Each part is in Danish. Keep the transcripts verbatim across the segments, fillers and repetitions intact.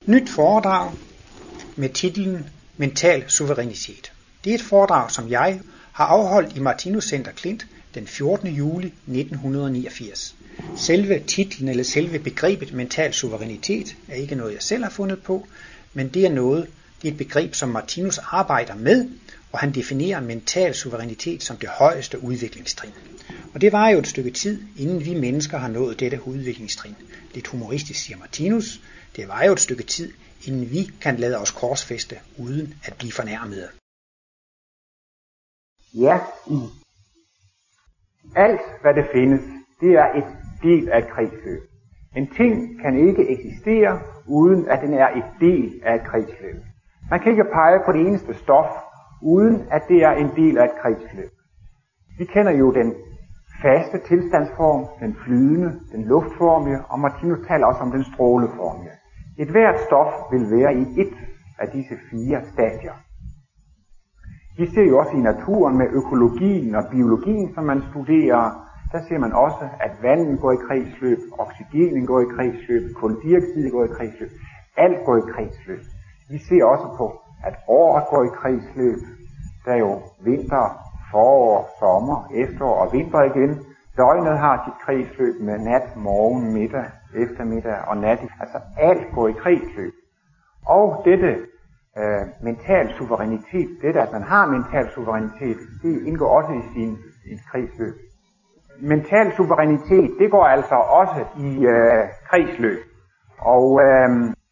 Nyt foredrag med titlen Mental suverænitet. Det er et foredrag, som jeg har afholdt i Martinus Center Klint den fjortende juli nitten niogfirs. Selve titlen eller selve begrebet mental suverænitet er ikke noget, jeg selv har fundet på, men det er noget, det er et begreb, som Martinus arbejder med, og han definerer mental suverænitet som det højeste udviklingstrin. Og det var jo et stykke tid, inden vi mennesker har nået dette udviklingstrin. Lidt humoristisk siger Martinus, det var jo et stykke tid, inden vi kan lade os korsfæste uden at blive fornærmede. Ja, alt hvad det findes, det er et del af et kredsløb. En ting kan ikke eksistere, uden at den er et del af et kredsløb. Man kan ikke pege på det eneste stof, uden at det er en del af et kredsløb. Vi kender jo den faste tilstandsform, den flydende, den luftformige, og Martinus taler også om den stråleformige. Et hvert stof vil være i et af disse fire stadier. Vi ser jo også i naturen med økologien og biologien, som man studerer, der ser man også, at vandet går i kredsløb, oxygenet går i kredsløb, kuldioxid går i kredsløb, alt går i kredsløb. Vi ser også på, at året går i kredsløb. Der er jo vinter, forår, sommer, efterår og vinter igen. Døgnet har sit kredsløb med nat, morgen, middag, eftermiddag og nat. Altså alt går i kredsløb. Og dette øh, mental suverænitet, dette at man har mental suverænitet, det indgår også i sin i kredsløb. Mental suverænitet, det går altså også i øh, kredsløb. Og øh,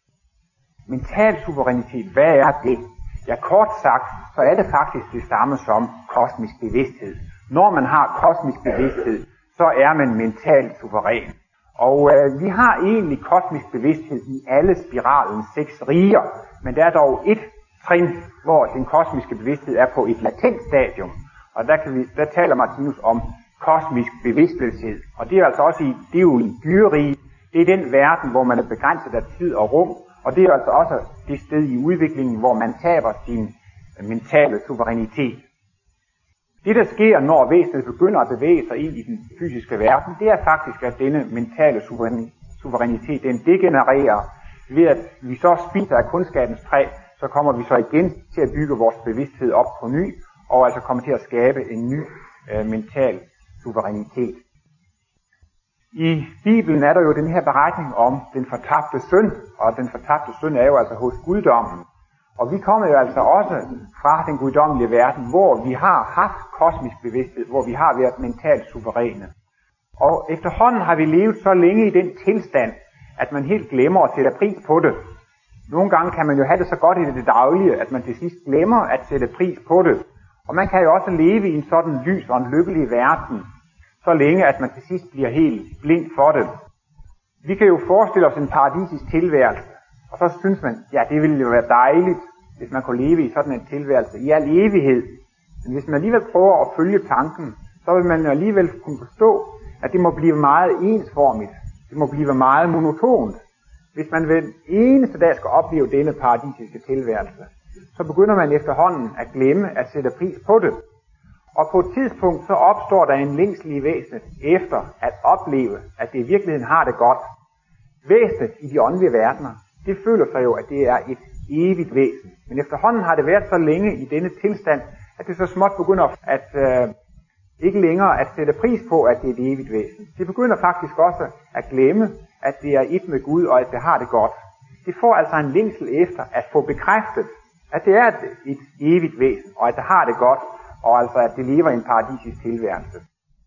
mental suverænitet, hvad er det? Ja, kort sagt, så er det faktisk det samme som kosmisk bevidsthed. Når man har kosmisk bevidsthed, så er man mentalt suveræn. Og øh, vi har egentlig kosmisk bevidsthed i alle spiralens seks riger, men der er dog et trin, hvor den kosmiske bevidsthed er på et latent stadium. Og der, kan vi, der taler Martinus om kosmisk bevidstløshed. Og det er altså også i, det er jo i dyrerige. Det er den verden, hvor man er begrænset af tid og rum. Og det er altså også det sted i udviklingen, hvor man taber sin mentale suverænitet. Det, der sker, når væsenet begynder at bevæge sig ind i den fysiske verden, det er faktisk, at denne mentale suverænitet, den degenererer ved, at vi så spiser af kundskabens træ, så kommer vi så igen til at bygge vores bevidsthed op på ny, og altså kommer til at skabe en ny øh, mental suverænitet. I Bibelen er der jo den her beretning om den fortabte søn, og den fortabte søn er jo altså hos guddommen. Og vi kommer jo altså også fra den guddommelige verden, hvor vi har haft kosmisk bevidsthed, hvor vi har været mentalt suveræne. Og efterhånden har vi levet så længe i den tilstand, at man helt glemmer at sætte pris på det. Nogle gange kan man jo have det så godt i det daglige, at man til sidst glemmer at sætte pris på det. Og man kan jo også leve i en sådan lys og en lykkelig verden, så længe at man til sidst bliver helt blind for det. Vi kan jo forestille os en paradisisk tilværelse, og så synes man, ja, det ville jo være dejligt, hvis man kunne leve i sådan en tilværelse i al evighed. Men hvis man alligevel prøver at følge tanken, så vil man alligevel kunne forstå, at det må blive meget ensformigt. Det må blive meget monotont. Hvis man ved eneste dag skal opleve denne paradisiske tilværelse, så begynder man efterhånden at glemme at sætte pris på det. Og på et tidspunkt så opstår der en længsel i væsenet efter at opleve, at det i virkeligheden har det godt. Væsenet i de åndelige verdener, det føler sig jo, at det er et evigt væsen. Men efterhånden har det været så længe i denne tilstand, at det så småt begynder at øh, ikke længere at sætte pris på, at det er et evigt væsen. Det begynder faktisk også at glemme, at det er et med Gud, og at det har det godt. Det får altså en længsel efter at få bekræftet, at det er et, et evigt væsen, og at det har det godt, og altså at det lever i en paradisisk tilværelse.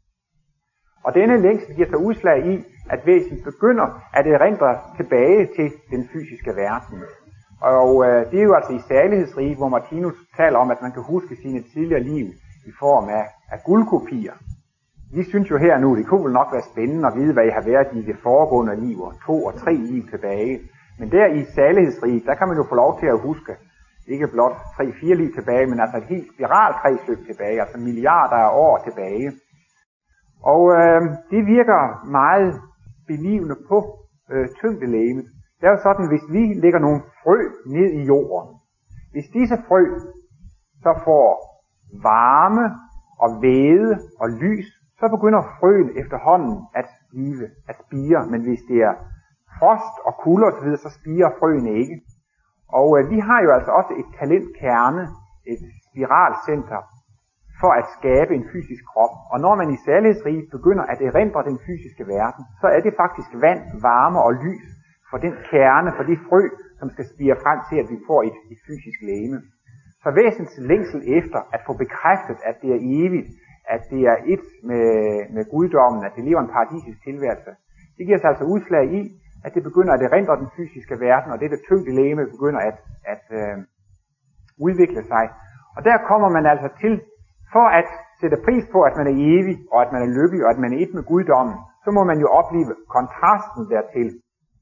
Og denne længsel giver sig udslag i, at væsenet begynder at erindre tilbage til den fysiske verden. Og øh, det er jo altså i særlighedsriget, hvor Martinus taler om, at man kan huske sine tidligere liv i form af, af guldkopier. Vi synes jo her nu, det kunne vel nok være spændende at vide, hvad I har været i det foregående liv, og to og tre liv tilbage. Men der i særlighedsriget, der kan man jo få lov til at huske, ikke blot tre-fire liv tilbage, men altså et helt spiralkredsløb tilbage, altså milliarder af år tilbage. Og øh, det virker meget belivende på øh, tyngdelægemet. Det er jo sådan, hvis vi lægger nogle frø ned i jorden, hvis disse frø så får varme og væde og lys, så begynder frøen efterhånden at blive, at spire. Men hvis det er frost og kulde osv., så spirer frøene ikke. Og øh, vi har jo altså også et talentkerne, et spiralcenter, for at skabe en fysisk krop. Og når man i særlighedsriget begynder at erindre den fysiske verden, så er det faktisk vand, varme og lys for den kerne, for de frø, som skal spire frem til, at vi får et, et fysisk legeme. Så væsens længsel efter at få bekræftet, at det er evigt, at det er et med, med guddommen, at det lever en paradisisk tilværelse, det giver sig altså udslag i, at det begynder at erindre den fysiske verden, og dette tyngde legeme begynder at, at øh, udvikle sig. Og der kommer man altså til, for at sætte pris på, at man er evig, og at man er lykkelig, og at man er et med guddommen, så må man jo opleve kontrasten dertil.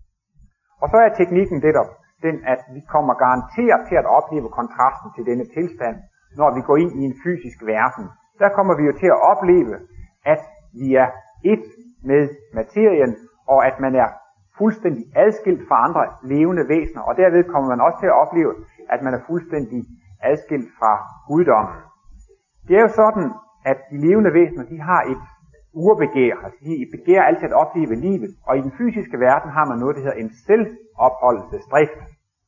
Og så er teknikken netop den, at vi kommer garanteret til at opleve kontrasten til denne tilstand, når vi går ind i en fysisk verden. Der kommer vi jo til at opleve, at vi er et med materien, og at man er fuldstændig adskilt fra andre levende væsener, og derved kommer man også til at opleve, at man er fuldstændig adskilt fra guddommen. Det er jo sådan, at de levende væsener, de har et urbegær, altså de begærer altid at opleve livet, og i den fysiske verden har man noget, der hedder en selvopholdelsesdrift.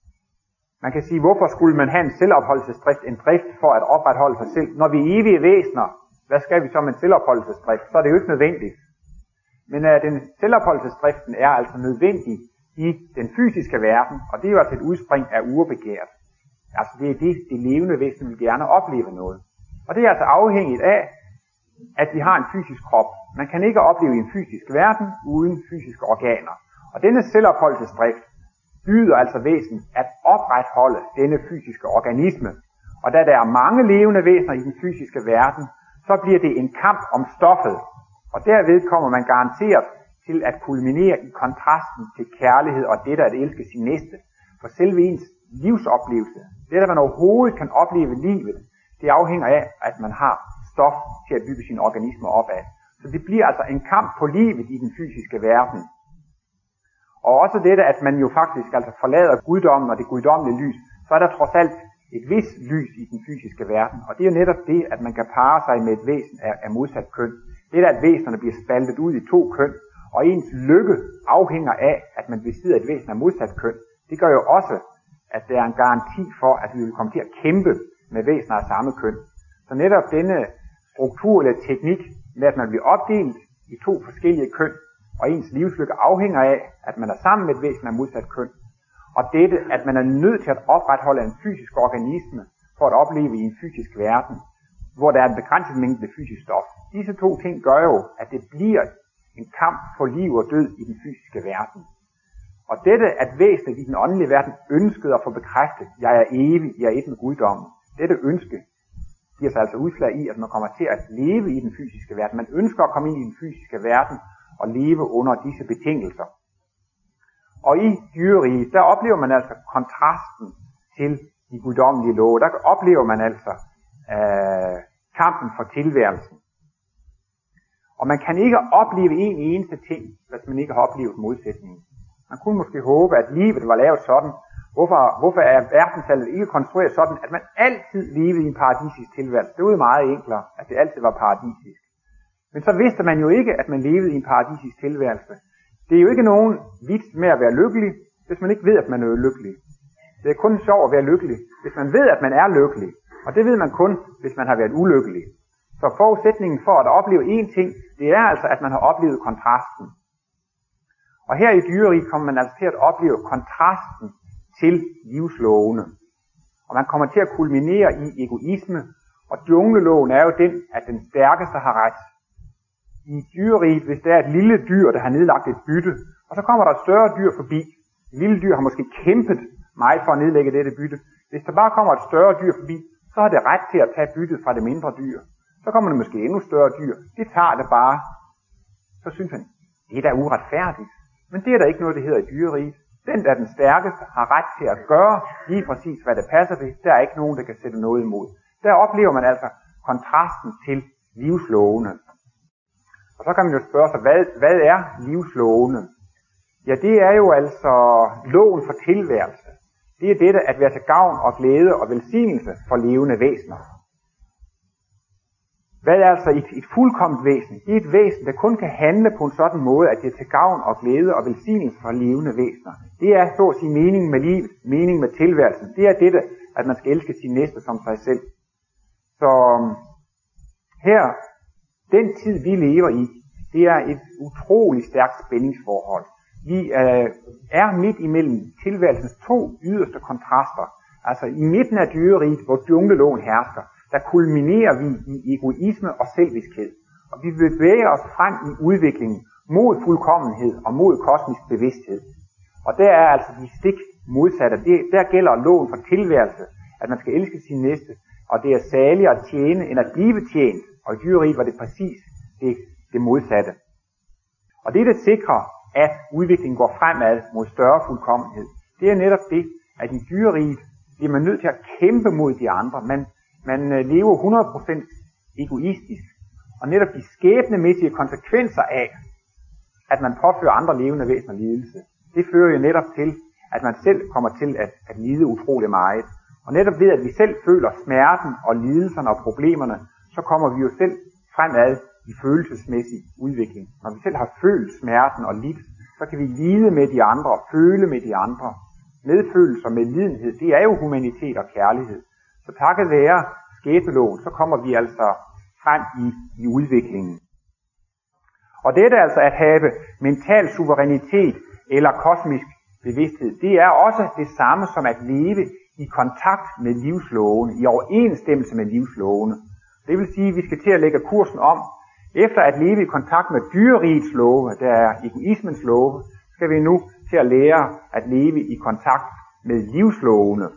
Man kan sige, hvorfor skulle man have en selvopholdelsesdrift, en drift for at opretholde sig selv? Når vi er evige væsener, hvad skal vi så med en selvopholdelsesdrift? Så er det jo ikke nødvendigt. Men uh, den selvopholdelsesdriften er altså nødvendig i den fysiske verden, og det er jo altså et udspring af urbegæret. Altså det er det, de levende væsener vil gerne opleve noget. Og det er altså afhængigt af, at vi har en fysisk krop. Man kan ikke opleve en fysisk verden uden fysiske organer. Og denne selvopholdelsesdrift byder altså væsen at opretholde denne fysiske organisme. Og da der er mange levende væsener i den fysiske verden, så bliver det en kamp om stoffet. Og derved kommer man garanteret til at kulminere i kontrasten til kærlighed og det, der at elske sin næste. For selve ens livsoplevelse, det der man overhovedet kan opleve livet, det afhænger af, at man har stof til at bygge sine organismer op af. Så det bliver altså en kamp på livet i den fysiske verden. Og også dette, at man jo faktisk altså forlader guddommen og det guddommelige lys, så er der trods alt et vist lys i den fysiske verden. Og det er jo netop det, at man kan parre sig med et væsen af, af modsat køn. Det er, at væsenerne bliver spaltet ud i to køn, og ens lykke afhænger af, at man besidder et væsen af modsat køn. Det gør jo også, at der er en garanti for, at vi vil komme til at kæmpe med væsener af samme køn. Så netop denne struktur eller teknik med, at man bliver opdelt i to forskellige køn, og ens livslykke afhænger af, at man er sammen med et væsen af modsat køn, og dette, at man er nødt til at opretholde en fysisk organisme for at opleve i en fysisk verden, hvor der er en begrænset mængde fysisk stof. Disse to ting gør jo, at det bliver en kamp for liv og død i den fysiske verden. Og dette, at væsenet i den åndelige verden ønskede at få bekræftet, jeg er evig, jeg er et med guddommen, dette ønske giver sig altså udslag i, at man kommer til at leve i den fysiske verden. Man ønsker at komme ind i den fysiske verden og leve under disse betingelser. Og i dyreriget, der oplever man altså kontrasten til de guddommelige love. Der oplever man altså øh, kampen for tilværelsen. Og man kan ikke opleve en eneste ting, hvis man ikke har oplevet modsætningen. Man kunne måske håbe, at livet var lavet sådan. Hvorfor, hvorfor er verdensallet ikke konstrueret sådan, at man altid levede i en paradisisk tilværelse? Det var jo meget enklere, at det altid var paradisisk. Men så vidste man jo ikke, at man levede i en paradisisk tilværelse. Det er jo ikke nogen vits med at være lykkelig, hvis man ikke ved, at man er lykkelig. Det er kun sjovt at være lykkelig, hvis man ved, at man er lykkelig. Og det ved man kun, hvis man har været ulykkelig. Så forudsætningen for at opleve én ting, det er altså, at man har oplevet kontrasten. Og her i dyreriget kommer man altså til at opleve kontrasten til livslovene. Og man kommer til at kulminere i egoisme, og jungleloven er jo den, at den stærkeste har ret. I dyreriget, hvis der er et lille dyr, der har nedlagt et bytte, og så kommer der et større dyr forbi. Et lille dyr har måske kæmpet meget for at nedlægge dette bytte. Hvis der bare kommer et større dyr forbi, så har det ret til at tage byttet fra det mindre dyr. Så kommer der måske endnu større dyr. Det tager det bare. Så synes han, det er da uretfærdigt. Men det er der ikke noget, det hedder i dyreriget. Den, der er den stærkeste, har ret til at gøre lige præcis, hvad det passer til. Der er ikke nogen, der kan sætte noget imod. Der oplever man altså kontrasten til livslovene. Og så kan man jo spørge sig, hvad, hvad er livslovene? Ja, det er jo altså loven for tilværelse. Det er dette at være til gavn og glæde og velsignelse for levende væsener. Hvad er altså et, et fuldkomment væsen? Det er et væsen, der kun kan handle på en sådan måde, at det er til gavn og glæde og velsignelse for levende væsener. Det er så at sige meningen med livet, meningen med tilværelsen. Det er dette, at man skal elske sin næste som sig selv. Så her, den tid vi lever i, det er et utroligt stærkt spændingsforhold. Vi øh, er midt imellem tilværelsens to yderste kontraster. Altså i midten af dyreriget, hvor jungleloven hersker, der kulminerer vi i egoisme og selviskhed. Og vi bevæger os frem i udviklingen mod fuldkommenhed og mod kosmisk bevidsthed. Og der er altså de stik modsatte. Det, der gælder loven for tilværelse, at man skal elske sin næste, og det er saligere at tjene end at blive tjent. Og i dyreriget var det præcis det, det modsatte. Og det, der sikrer, at udviklingen går fremad mod større fuldkommenhed, det er netop det, at i dyreriget bliver man nødt til at kæmpe mod de andre. Man, man lever hundrede procent egoistisk. Og netop de skæbnemæssige konsekvenser af, at man påfører andre levende væsener lidelse, det fører jo netop til, at man selv kommer til at, at lide utrolig meget. Og netop ved, at vi selv føler smerten og lidelserne og problemerne, så kommer vi jo selv fremad i følelsesmæssig udvikling. Når vi selv har følt smerten og lidt, så kan vi lide med de andre og føle med de andre. Medfølelse og medlidenhed, det er jo humanitet og kærlighed. Så takket være skæbneloven, så kommer vi altså frem i, i udviklingen. Og dette altså at have mental suverænitet eller kosmisk bevidsthed, det er også det samme som at leve i kontakt med livslovene, i overensstemmelse med livslovene. Det vil sige, at vi skal til at lægge kursen om. Efter at leve i kontakt med dyrerigets love, der er egoismens love, skal vi nu til at lære at leve i kontakt med livslovene.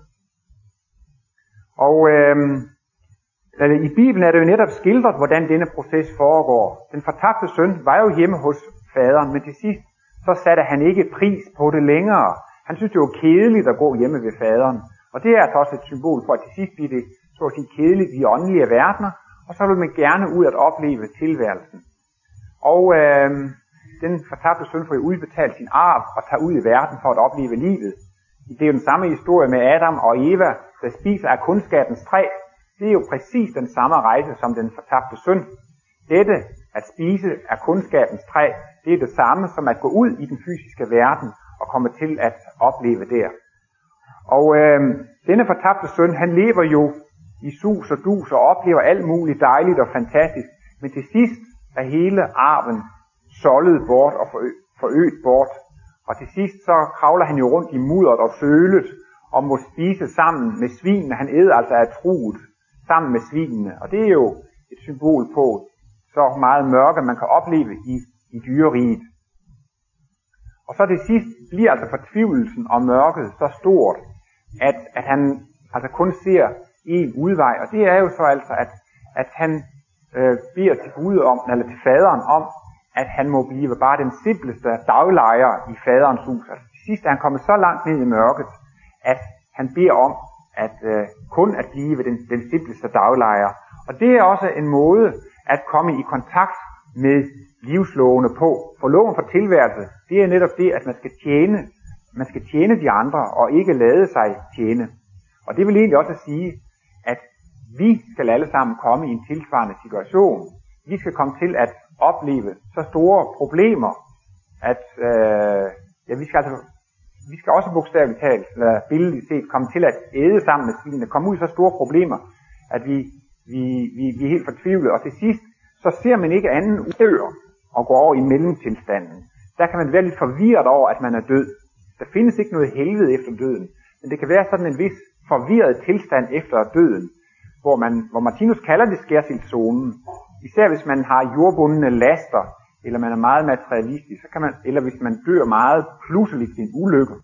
Og øhm, i Bibelen er det jo netop skildret, hvordan denne proces foregår. Den fortabte søn var jo hjemme hos faderen, men til sidst så satte han ikke pris på det længere. Han synes, det var kedeligt at gå hjemme ved faderen. Og det er altså også et symbol for, at til sidst bliver det så at sige kedeligt i åndelige verdener, og så vil man gerne ud at opleve tilværelsen. Og øh, den fortabte søn får jo udbetalt sin arv og tager ud i verden for at opleve livet. Det er jo den samme historie med Adam og Eva, der spiser af kundskabens træ. Det er jo præcis den samme rejse som den fortabte søn. Dette at spise af kundskabens træ, det er det samme som at gå ud i den fysiske verden og komme til at opleve der. Og øh, denne fortabte søn, han lever jo i sus og dus og oplever alt muligt dejligt og fantastisk, men til sidst er hele arven soldet bort og forøget bort. Og til sidst så kravler han jo rundt i mudderet og sølet og må spise sammen med svinene. Han æder altså af truet sammen med svinene. Og det er jo et symbol på så meget mørke, man kan opleve i, i dyreriget. Og så til sidst bliver altså fortvivlelsen og mørket så stort, at, at han altså kun ser en udvej. Og det er jo så altså, at, at han øh, beder til Gud om, eller til faderen om, at han må blive bare den simpleste daglejer i faderens hus. Altså til sidst er han kommet så langt ned i mørket, at han beder om at øh, kun at blive den, den simpleste daglejer. Og det er også en måde at komme i kontakt med livslovene på. For loven for tilværelse, det er netop det, at man skal tjene, man skal tjene de andre og ikke lade sig tjene. Og det vil egentlig også sige, at vi skal alle sammen komme i en tilsvarende situation. Vi skal komme til at opleve så store problemer, at øh, ja, vi skal altså vi skal også bogstaveligt talt, eller billedligt set, komme til at æde sammen med svinene, komme ud i så store problemer, at vi, vi, vi, vi er helt fortvivlede. Og til sidst, så ser man ikke anden udør og går over i mellemtilstanden. Der kan man være lidt forvirret over, at man er død. Der findes ikke noget helvede efter døden, men det kan være sådan en vis forvirret tilstand efter døden, hvor, man, hvor Martinus kalder det skærsildszonen. Især hvis man har jordbundne laster, eller man er meget materialistisk, så kan man, eller hvis man dør meget pludseligt i en ulykke.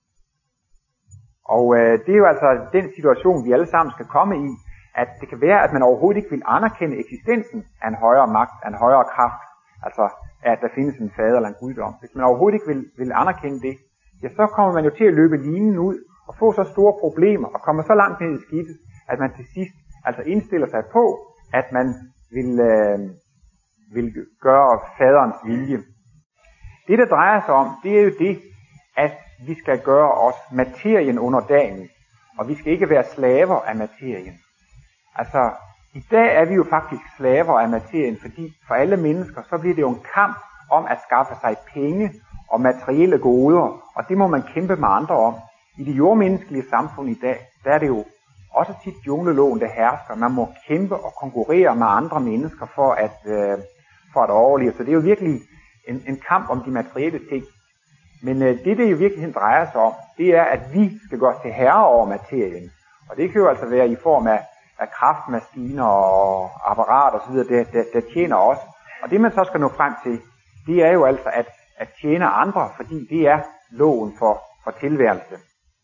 Og øh, det er jo altså den situation, vi alle sammen skal komme i, at det kan være, at man overhovedet ikke vil anerkende eksistensen af en højere magt, af en højere kraft, altså at der findes en fader eller en guddom. Hvis man overhovedet ikke vil, vil anerkende det, ja, så kommer man jo til at løbe linen ud og få så store problemer og komme så langt ned i skidtet, at man til sidst altså indstiller sig på, at man vil, øh, vil gøre faderens vilje. Det, der drejer sig om, det er jo det, at vi skal gøre os materien underdanig, og vi skal ikke være slaver af materien. Altså, I dag er vi jo faktisk slaver af materien, fordi for alle mennesker, så bliver det jo en kamp om at skaffe sig penge og materielle goder, og det må man kæmpe med andre om. I det jordmenneskelige samfund i dag, der er det jo også tit jungleloven, der hersker. Man må kæmpe og konkurrere med andre mennesker for at, øh, for at overleve. Så det er jo virkelig en, en kamp om de materielle ting. Men øh, det, det jo virkelig drejer sig om, det er, at vi skal gøre os til herre over materien. Og det kan jo altså være i form af, af kraftmaskiner og apparater osv., der, der, der tjener os. Og det man så skal nå frem til, det er jo altså at, at tjene andre, fordi det er loven for, for tilværelse.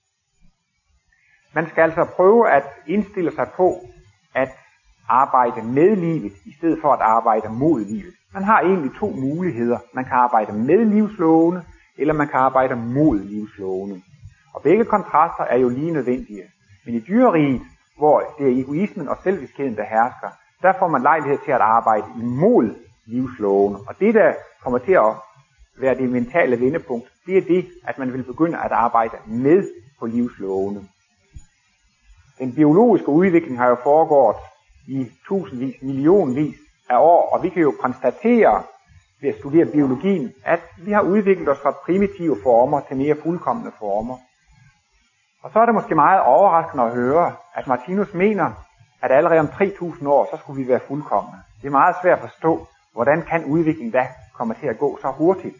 Man skal altså prøve at indstille sig på at arbejde med livet, i stedet for at arbejde mod livet. Man har egentlig to muligheder. Man kan arbejde med livslovene, eller man kan arbejde mod livslovene. Og begge kontraster er jo lige nødvendige. Men i dyreriget, hvor det er egoismen og selviskheden, der hersker, der får man lejlighed til at arbejde imod livslovene. Og det, der kommer til at være det mentale vendepunkt, det er det, at man vil begynde at arbejde med på livslovene. Den biologiske udvikling har jo foregået i tusindvis, millionvis af år, og vi kan jo konstatere ved at studere biologien, at vi har udviklet os fra primitive former til mere fuldkomne former. Og så er det måske meget overraskende at høre, at Martinus mener, at allerede om tre tusind år, så skulle vi være fuldkomne. Det er meget svært at forstå, hvordan kan udviklingen da komme til at gå så hurtigt.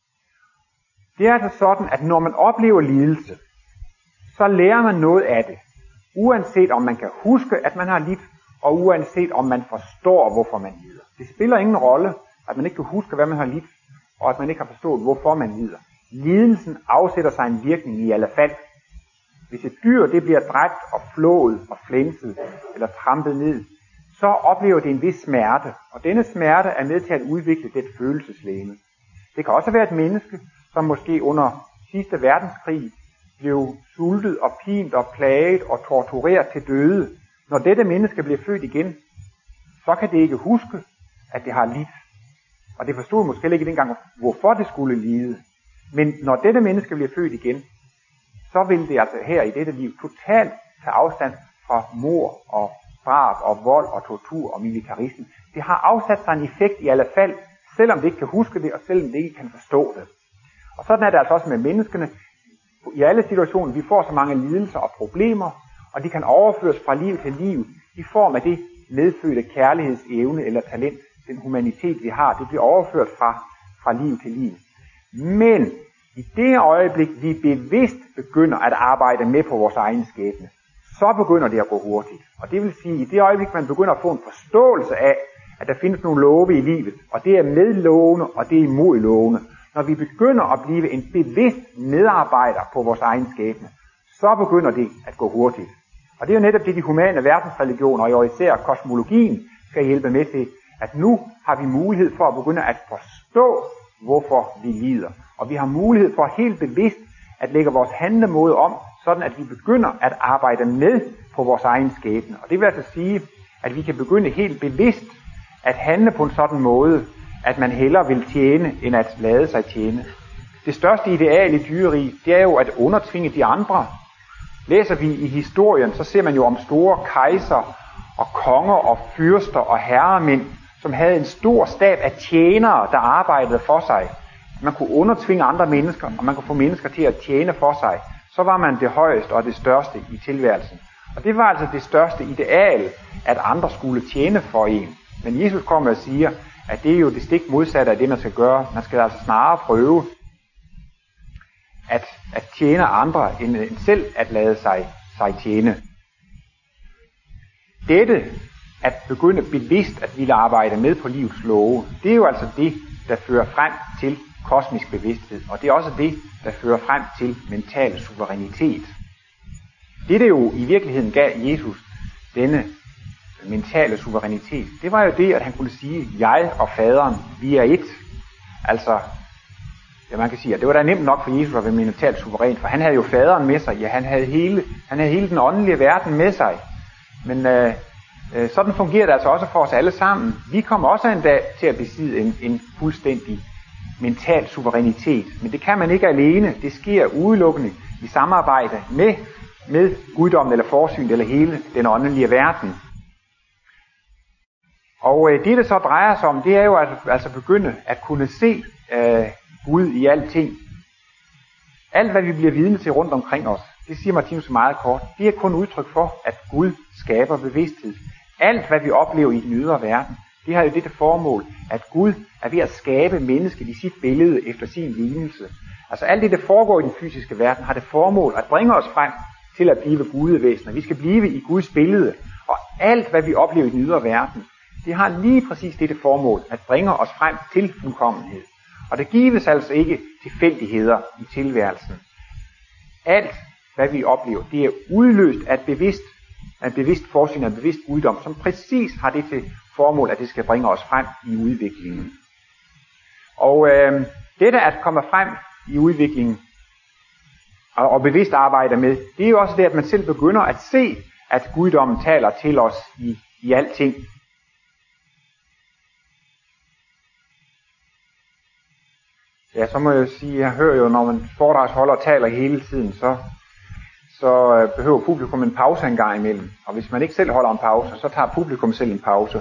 Det er altså sådan, at når man oplever lidelse, så lærer man noget af det. Uanset om man kan huske, at man har lidt, og uanset om man forstår, hvorfor man lider. Det spiller ingen rolle, at man ikke kan huske, hvad man har lidt, og at man ikke har forstået, hvorfor man lider. Lidelsen afsætter sig en virkning i alle fald. Hvis et dyr det bliver dræbt og flået og flænset eller trampet ned, så oplever det en vis smerte, og denne smerte er med til at udvikle det følelseslegeme. Det kan også være et menneske, som måske under sidste verdenskrig blev sultet og pint og plaget og tortureret til døde. Når dette menneske bliver født igen, så kan det ikke huske, at det har lidt. Og det forstod måske ikke dengang, hvorfor det skulle lide. Men når dette menneske bliver født igen, så vil det altså her i dette liv totalt tage afstand fra mord og drab og vold og tortur og militarisme. Det har afsat sig en effekt i alle fald, selvom det ikke kan huske det, og selvom det ikke kan forstå det. Og sådan er det altså også med menneskene. I alle situationer, vi får så mange lidelser og problemer, og de kan overføres fra liv til liv i form af det medfødte kærlighedsevne eller talent, den humanitet vi har, det bliver overført fra, fra liv til liv. Men i det øjeblik, vi bevidst begynder at arbejde med på vores egen skæbne, så begynder det at gå hurtigt. Og det vil sige, i det øjeblik, man begynder at få en forståelse af, at der findes nogle love i livet, og det er med lovene, og det er imod lovene. Når vi begynder at blive en bevidst medarbejder på vores egen skæbne, så begynder det at gå hurtigt. Og det er jo netop det, de humane verdensreligioner, og jo især kosmologien, skal hjælpe med til, at nu har vi mulighed for at begynde at forstå, hvorfor vi lider. Og vi har mulighed for helt bevidst at lægge vores handlemåde om, sådan at vi begynder at arbejde med på vores egen skæbne. Og det vil altså sige, at vi kan begynde helt bevidst at handle på en sådan måde, at man hellere vil tjene, end at lade sig tjene. Det største ideal i dyreriget, det er jo at undertvinge de andre. Læser vi i historien, så ser man jo om store kejser og konger og fyrster og herremænd, som havde en stor stab af tjenere, der arbejdede for sig. Man kunne undertvinge andre mennesker, og man kunne få mennesker til at tjene for sig. Så var man det højeste og det største i tilværelsen. Og det var altså det største ideal, at andre skulle tjene for en. Men Jesus kommer og siger, at det er jo det stik modsatte af det, man skal gøre. Man skal altså snarere prøve at, at tjene andre, end selv at lade sig, sig tjene. Dette, at begynde bevidst at ville arbejde med på livets love, det er jo altså det, der fører frem til kosmisk bevidsthed, og det er også det, der fører frem til mental suverænitet. Det, der jo i virkeligheden gav Jesus denne mentale suverænitet, det var jo det, at han kunne sige, jeg og faderen, vi er et. Altså, ja, man kan sige, at det var da nemt nok for Jesus at være mentalt suveræn, for han havde jo faderen med sig, ja, han havde hele, han havde hele den åndelige verden med sig. Men øh, øh, sådan fungerer det altså også for os alle sammen. Vi kommer også en dag til at besidde en, en fuldstændig mental suverænitet, men det kan man ikke alene. Det sker udelukkende i samarbejde med, med guddommen eller forsynet eller hele den åndelige verden. Og øh, det, det så drejer sig om, det er jo at altså begynde at kunne se øh, Gud i alting. Alt, hvad vi bliver vidne til rundt omkring os, det siger Martinus meget kort, det er kun udtryk for, at Gud skaber bevidsthed. Alt, hvad vi oplever i den ydre verden, det har jo dette formål, at Gud er ved at skabe mennesket i sit billede efter sin lignelse. Altså alt det, der foregår i den fysiske verden, har det formål at bringe os frem til at blive gudevæsener. Vi skal blive i Guds billede, og alt, hvad vi oplever i den ydre verden, det har lige præcis dette formål, at bringe os frem til fuldkommenhed. Og der gives altså ikke tilfældigheder i tilværelsen. Alt, hvad vi oplever, det er udløst af et bevidst, af et bevidst forsyn af en bevidst guddom, som præcis har det til formål, at det skal bringe os frem i udviklingen. Og øh, dette at komme frem i udviklingen og, og bevidst arbejde med, det er jo også det, at man selv begynder at se, at guddommen taler til os i, i alting. Ja, så må jeg jo sige, jeg hører jo, når man foredragsholder og taler hele tiden, så, så behøver publikum en pause en gang imellem. Og hvis man ikke selv holder en pause, så tager publikum selv en pause.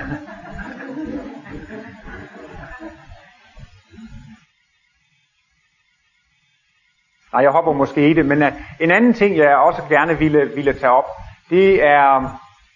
Nej, jeg hopper måske i det, men uh, en anden ting, jeg også gerne ville, ville tage op, det er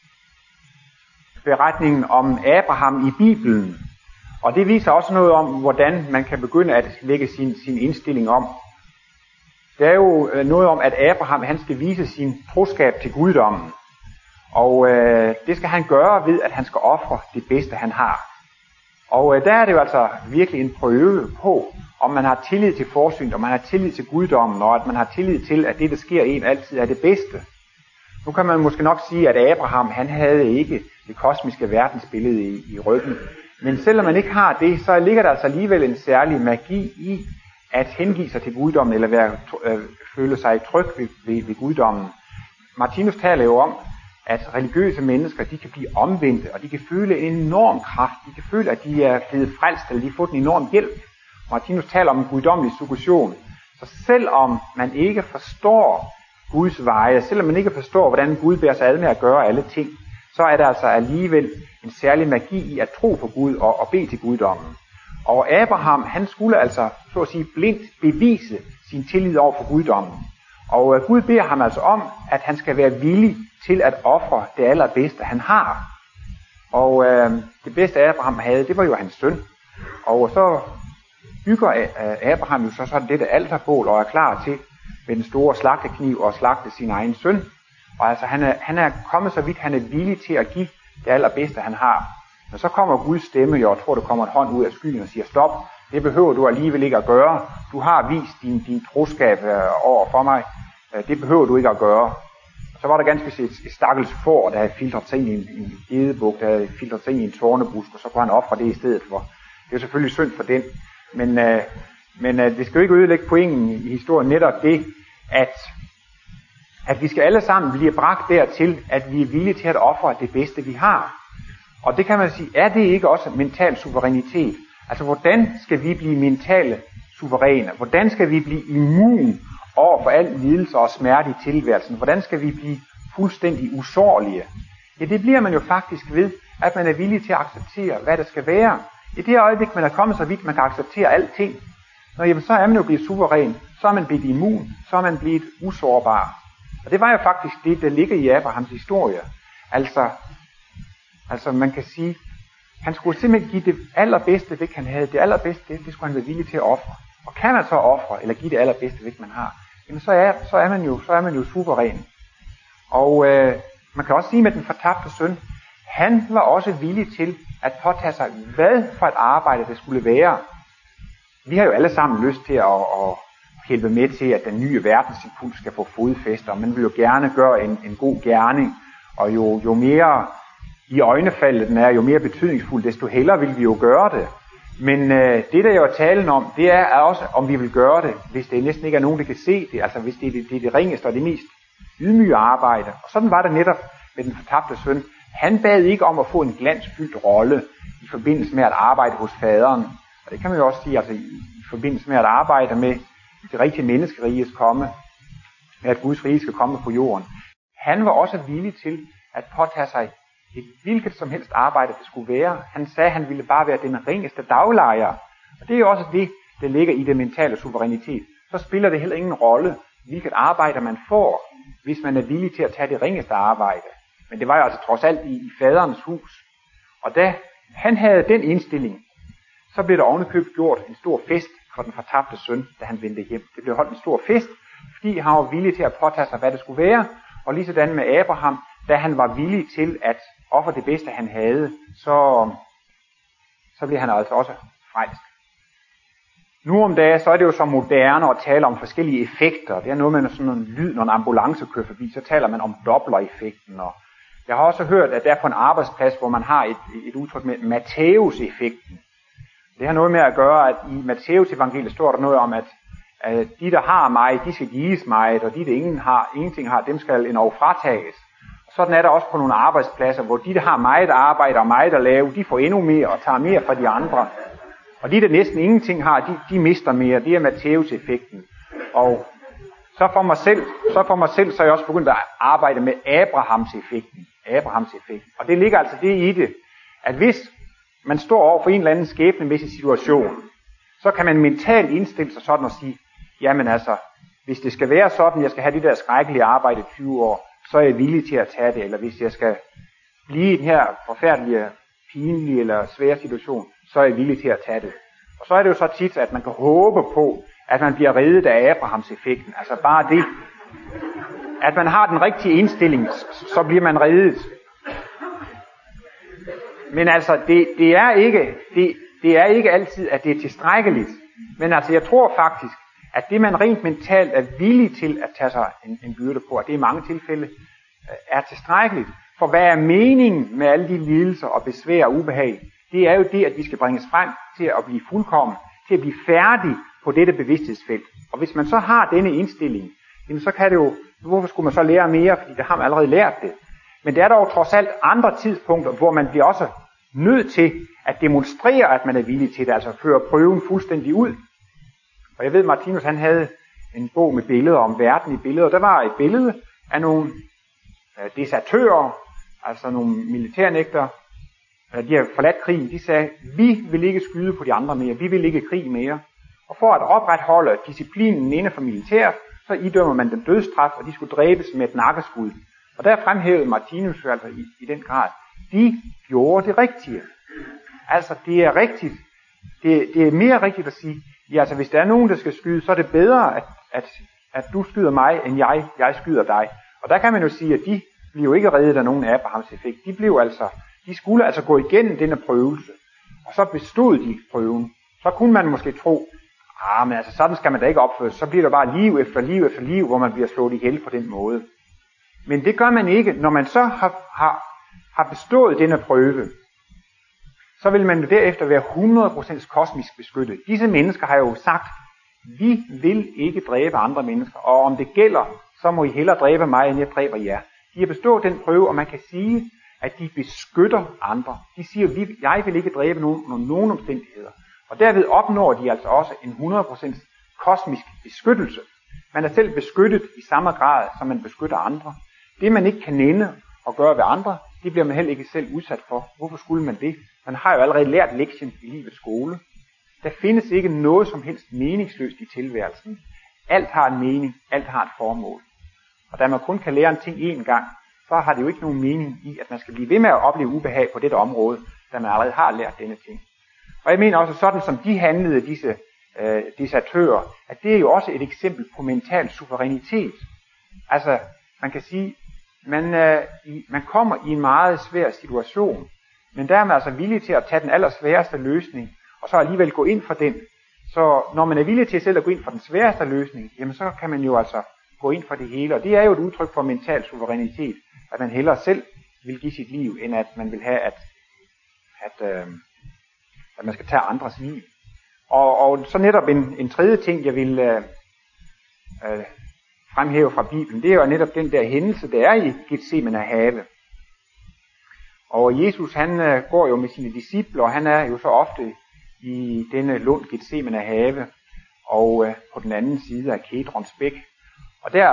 beretningen om Abraham i Bibelen. Og det viser også noget om, hvordan man kan begynde at lægge sin, sin indstilling om. Det er jo noget om, at Abraham han skal vise sin troskab til guddommen. Og øh, det skal han gøre ved, at han skal ofre det bedste, han har. Og øh, der er det jo altså virkelig en prøve på, om man har tillid til forsyn, om man har tillid til guddommen, og at man har tillid til, at det, der sker en, altid er det bedste. Nu kan man måske nok sige, at Abraham han havde ikke det kosmiske verdensbillede i, i ryggen. Men selvom man ikke har det, så ligger der altså alligevel en særlig magi i at hengive sig til guddommen, eller være, øh, føle sig tryg ved, ved, ved guddommen. Martinus taler jo om, at religiøse mennesker, de kan blive omvendte, og de kan føle en enorm kraft. De kan føle, at de er blevet frelst, eller de har fået en enorm hjælp. Martinus taler om en guddommelig suggestion. Så selvom man ikke forstår Guds veje, selvom man ikke forstår, hvordan Gud bærer sig ad med at gøre alle ting, så er der altså alligevel en særlig magi i at tro på Gud og, og bede til guddommen. Og Abraham, han skulle altså, så at sige, blindt bevise sin tillid over for guddommen. Og uh, Gud beder ham altså om, at han skal være villig til at ofre det allerbedste, han har. Og uh, det bedste Abraham havde, det var jo hans søn. Og så bygger uh, Abraham jo så sådan dette alterbål og er klar til med den store slagtekniv og slagte sin egen søn. Og altså han er, han er kommet så vidt, han er villig til at give det allerbedste, han har. Men så kommer Guds stemme, og jeg tror, der kommer en hånd ud af skyen og siger, stop, det behøver du alligevel ikke at gøre. Du har vist din, din troskab over for mig. Det behøver du ikke at gøre. Og så var der ganske et, et stakkels får, der havde filtret sig ind i en, en gedebuk, der havde filtret sig ind i en tårnebusk, og så kunne han ofre det i stedet for. Det er selvfølgelig synd for den. Men, øh, men øh, det skal jo ikke ødelægge pointen i historien netop det, at at vi skal alle sammen blive bragt dertil, at vi er villige til at ofre det bedste, vi har. Og det kan man sige, er det ikke også mental suverænitet? Altså, hvordan skal vi blive mentale suveræne? Hvordan skal vi blive immun over for al lidelse og smerte i tilværelsen? Hvordan skal vi blive fuldstændig usårlige? Ja, det bliver man jo faktisk ved, at man er villig til at acceptere, hvad der skal være. I det øjeblik, man er kommet så vidt, man kan acceptere alting, Nå, jamen, så er man jo blevet suveræn, så er man blevet immun, så er man blevet usårbar. Og det var jo faktisk det, der ligger i Abrahams historie. Altså, altså man kan sige, han skulle simpelthen give det allerbedste væk, han havde. Det allerbedste, det, det skulle han være villig til at ofre. Og kan man så ofre, eller give det allerbedste væk, man har, jamen så er, så er, man, jo, så er man jo suveræn. Og øh, man kan også sige med den fortabte søn, han var også villig til at påtage sig, hvad for et arbejde det skulle være. Vi har jo alle sammen lyst til at, at hjælpe med til, at den nye verdensimpuls skal få fodfæste, og man vil jo gerne gøre en, en god gerning, og jo, jo mere i øjnefaldet den er, jo mere betydningsfuld, desto hellere vil vi jo gøre det. Men øh, det, der jo er talen om, det er også, om vi vil gøre det, hvis det næsten ikke er nogen, der kan se det, altså hvis det er det, det, er det ringeste og det mest ydmyge arbejde. Og sådan var det netop med den fortabte søn. Han bad ikke om at få en glansfyldt rolle i forbindelse med at arbejde hos faderen. Og det kan man jo også sige, altså i, i forbindelse med at arbejde med det rigtige menneskeriges komme, med at Guds rige skal komme på jorden. Han var også villig til at påtage sig et hvilket som helst arbejde det skulle være. Han sagde, at han ville bare være den ringeste daglejer. Og det er også det, der ligger i det mentale suverænitet. Så spiller det heller ingen rolle, hvilket arbejde man får, hvis man er villig til at tage det ringeste arbejde. Men det var jo altså trods alt i, i faderens hus. Og da han havde den indstilling, så blev der ovenikøbet gjort en stor fest for den fortabte søn, da han vendte hjem. Det blev holdt en stor fest, fordi han var villig til at påtage sig, hvad det skulle være. Og lige sådan med Abraham, da han var villig til at ofre det bedste, han havde, så, så blev han altså også frelst. Nu om dagen, så er det jo så moderne at tale om forskellige effekter. Det er noget med sådan en lyd, når en ambulance kører forbi, så taler man om Doppler-effekten. Og jeg har også hørt, at der er på en arbejdsplads, hvor man har et, et udtryk med Matthæus-effekten. Det har noget med at gøre, at i Matthæus evangeliet står der noget om, at, at de, der har mig, de skal gives mig, og de, der ingen har, ingenting har, dem skal endnu fratages. Og sådan er der også på nogle arbejdspladser, hvor de, der har mig, der arbejder og mig, der laver, de får endnu mere og tager mere fra de andre. Og de, der næsten ingenting har, de, de mister mere. Det er Matthæus-effekten. Og så for mig selv, så for mig selv, så er jeg også begyndt at arbejde med Abrahams-effekten. Abrahams-effekten. Og det ligger altså det i det, at hvis man står over for en eller anden skæbnemæssig situation, så kan man mentalt indstille sig sådan og sige, jamen altså, hvis det skal være sådan, jeg skal have det der skrækkelige arbejde i tyve år, så er jeg villig til at tage det. Eller hvis jeg skal blive i den her forfærdelige, pinlige eller svære situation, så er jeg villig til at tage det. Og så er det jo så tit, at man kan håbe på, at man bliver reddet af Abrahams-effekten. Altså bare det, at man har den rigtige indstilling, så bliver man reddet. Men altså, det, det, er ikke, det, det er ikke altid, at det er tilstrækkeligt. Men altså, jeg tror faktisk, at det man rent mentalt er villig til at tage sig en, en byrde på, at det i mange tilfælde er tilstrækkeligt. For hvad er meningen med alle de lidelser og besvær og ubehag? Det er jo det, at vi skal bringes frem til at blive fuldkommen, til at blive færdig på dette bevidsthedsfelt. Og hvis man så har denne indstilling, jamen så kan det jo, hvorfor skulle man så lære mere, fordi der har man allerede lært det. Men der er dog trods alt andre tidspunkter, hvor man bliver også nødt til at demonstrere, at man er villig til det, altså føre prøven fuldstændig ud. Og jeg ved, Martinus han havde en bog med billeder om verden i billeder. Der var et billede af nogle øh, desertører, altså nogle militærnægtere. De har forladt krigen. De sagde, vi vil ikke skyde på de andre mere, vi vil ikke krig mere. Og for at opretholde disciplinen inden for militæret, så idømmer man den dødsstraf, og de skulle dræbes med et nakkeskud. Og der fremhævede Martinus altså i, i den grad, de gjorde det rigtige. Altså det er rigtigt, det, det er mere rigtigt at sige, ja, altså hvis der er nogen, der skal skyde, så er det bedre, at, at, at du skyder mig, end jeg, jeg skyder dig. Og der kan man jo sige, at de blev jo ikke reddet af nogen Abrahams effekt. De blev altså, de skulle altså gå igennem denne prøvelse, og så bestod de prøven. Så kunne man måske tro, ah, men altså sådan skal man da ikke opføre, så bliver der bare liv efter liv efter liv, hvor man bliver slået ihjel på den måde. Men det gør man ikke, når man så har, har, har bestået denne prøve. Så vil man jo derefter være hundrede procent kosmisk beskyttet. Disse mennesker har jo sagt, vi vil ikke dræbe andre mennesker, og om det gælder, så må I hellere dræbe mig, end jeg dræber jer. De har bestået den prøve, og man kan sige, at de beskytter andre. De siger, vi, jeg vil ikke dræbe nogen under nogen omstændigheder. Og derved opnår de altså også en hundrede procent kosmisk beskyttelse. Man er selv beskyttet i samme grad, som man beskytter andre. Det man ikke kan nænde og gøre ved andre, det bliver man heller ikke selv udsat for. Hvorfor skulle man det? Man har jo allerede lært lektion i livets skole. Der findes ikke noget som helst meningsløst i tilværelsen. Alt har en mening, alt har et formål. Og da man kun kan lære en ting én gang, så har det jo ikke nogen mening i, at man skal blive ved med at opleve ubehag på dette område, da man allerede har lært denne ting. Og jeg mener også, sådan som de handlede, disse øh, desertører, at det er jo også et eksempel på mental suverænitet. Altså, man kan sige, man, øh, i, man kommer i en meget svær situation, men der er man altså villig til at tage den allersværeste løsning, og så alligevel gå ind for den. Så når man er villig til selv at gå ind for den sværeste løsning, jamen så kan man jo altså gå ind for det hele. Og det er jo et udtryk for mental suverænitet, at man hellere selv vil give sit liv, end at man vil have, at, at, øh, at man skal tage andres liv. Og, og så netop en, en tredje ting, jeg vil øh, øh, fremhæve fra Bibelen, det er jo netop den der hændelse, der er i Getsemane have. Og Jesus, han øh, går jo med sine disciple, og han er jo så ofte i denne lund Getsemane have, og øh, på den anden side af Kedrons bæk. Og der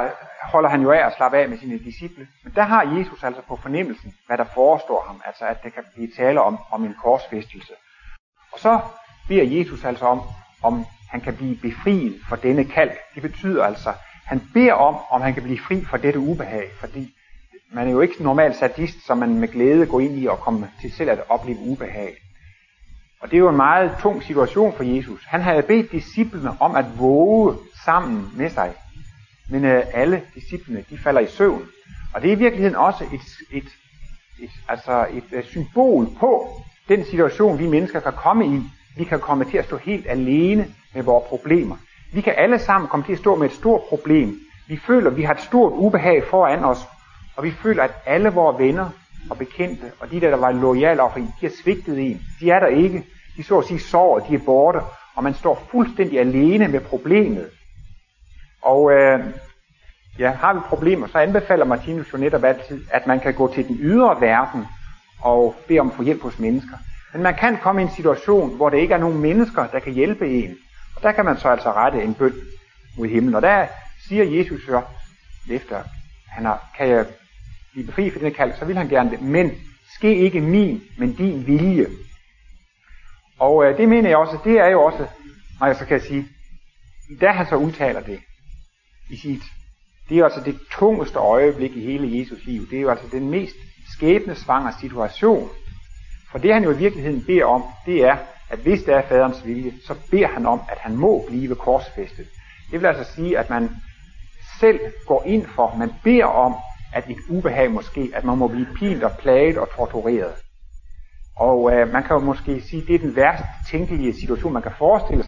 holder han jo af at slappe af med sine disciple. Men der har Jesus altså på fornemmelsen, hvad der forestår ham, altså at det kan blive tale om, om en korsfæstelse. Og så beder Jesus altså om, om han kan blive befriet for denne kalk. Det betyder altså, han beder om, om han kan blive fri for dette ubehag, fordi man er jo ikke normalt sadist, så man med glæde går ind i og kommer til selv at opleve ubehag. Og det er jo en meget tung situation for Jesus. Han havde bedt disciplene om at våge sammen med sig. Men øh, alle disciplene, de falder i søvn. Og det er i virkeligheden også et, et, et, altså et, et symbol på den situation, vi mennesker kan komme i. Vi kan komme til at stå helt alene med vores problemer. Vi kan alle sammen komme til at stå med et stort problem. Vi føler, at vi har et stort ubehag foran os. Og vi føler, at alle vores venner og bekendte, og de der, der var loyale overfor en, de har svigtet en. De er der ikke. De så at sige sover, de er borte. Og man står fuldstændig alene med problemet. Og øh, ja, har vi problemer, så anbefaler Martinus jo netop altid, at man kan gå til den ydre verden og bede om at få hjælp hos mennesker. Men man kan komme i en situation, hvor der ikke er nogen mennesker, der kan hjælpe en. Og der kan man så altså rette en bøn mod himlen. Og der siger Jesus så, efter han har, kan jeg blive befri for denne kalk, så vil han gerne det. Men ske ikke min, men din vilje. Og øh, det mener jeg også, det er jo også, når jeg så kan sige, da han så udtaler det i sit, det er jo altså det tungeste øjeblik i hele Jesus liv. Det er jo altså den mest skæbnesvangre situation. For det han jo i virkeligheden beder om, det er, at hvis det er faderens vilje, så beder han om, at han må blive korsfæstet. Det vil altså sige, at man selv går ind for, man beder om, at et ubehag måske, at man må blive pint og plaget og tortureret. Og øh, man kan jo måske sige, at det er den værste tænkelige situation, man kan forestille sig.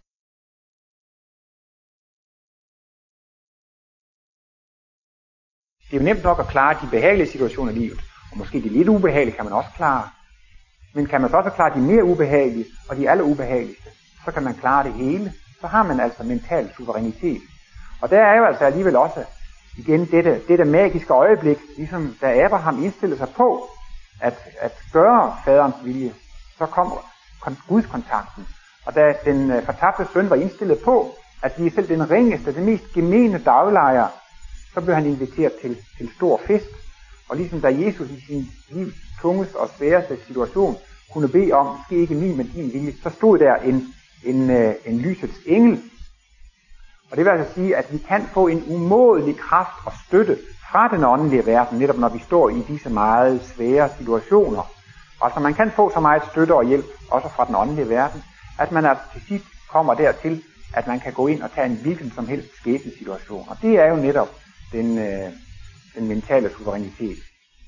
Det er jo nemt nok at klare de behagelige situationer i livet, og måske de lidt ubehagelige kan man også klare. Men kan man så også klare de mere ubehagelige og de aller ubehageligste, så kan man klare det hele. Så har man altså mental suverænitet. Og der er jo altså alligevel også igen dette, dette magiske øjeblik, ligesom da Abraham indstillede sig på at, at gøre faderens vilje, så kom Guds kontakten. Og da den uh, fortabte søn var indstillet på at blive selv den ringeste, den mest gemene daglejer, så blev han inviteret til, til stor fest. Og ligesom da Jesus i sin livs tungeste og sværeste situation kunne bede om, ske ikke min, men din vilje, så stod der en, en, uh, en lysets engel. Og det vil altså sige, at vi kan få en umådelig kraft og støtte fra den åndelige verden, netop når vi står i disse meget svære situationer. Altså man kan få så meget støtte og hjælp, også fra den åndelige verden, at man altså til sidst kommer dertil, at man kan gå ind og tage en hvilken som helst skæbnesituation. Og det er jo netop den, øh, den mentale suverænitet.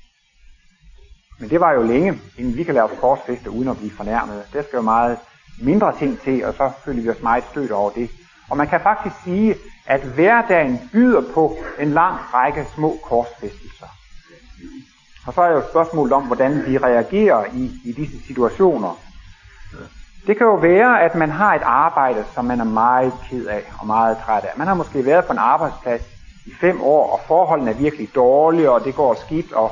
Men det var jo længe, inden vi kan lave os korsfæste uden at blive fornærmet. Der skal jo meget mindre ting til, og så føler vi os meget stødt over det. Og man kan faktisk sige, at hverdagen byder på en lang række små korsfæstelser. Og så er jo spørgsmålet om, hvordan vi reagerer i, i disse situationer. Det kan jo være, at man har et arbejde, som man er meget ked af og meget træt af. Man har måske været på en arbejdsplads i fem år, og forholdene er virkelig dårlige, og det går skidt, og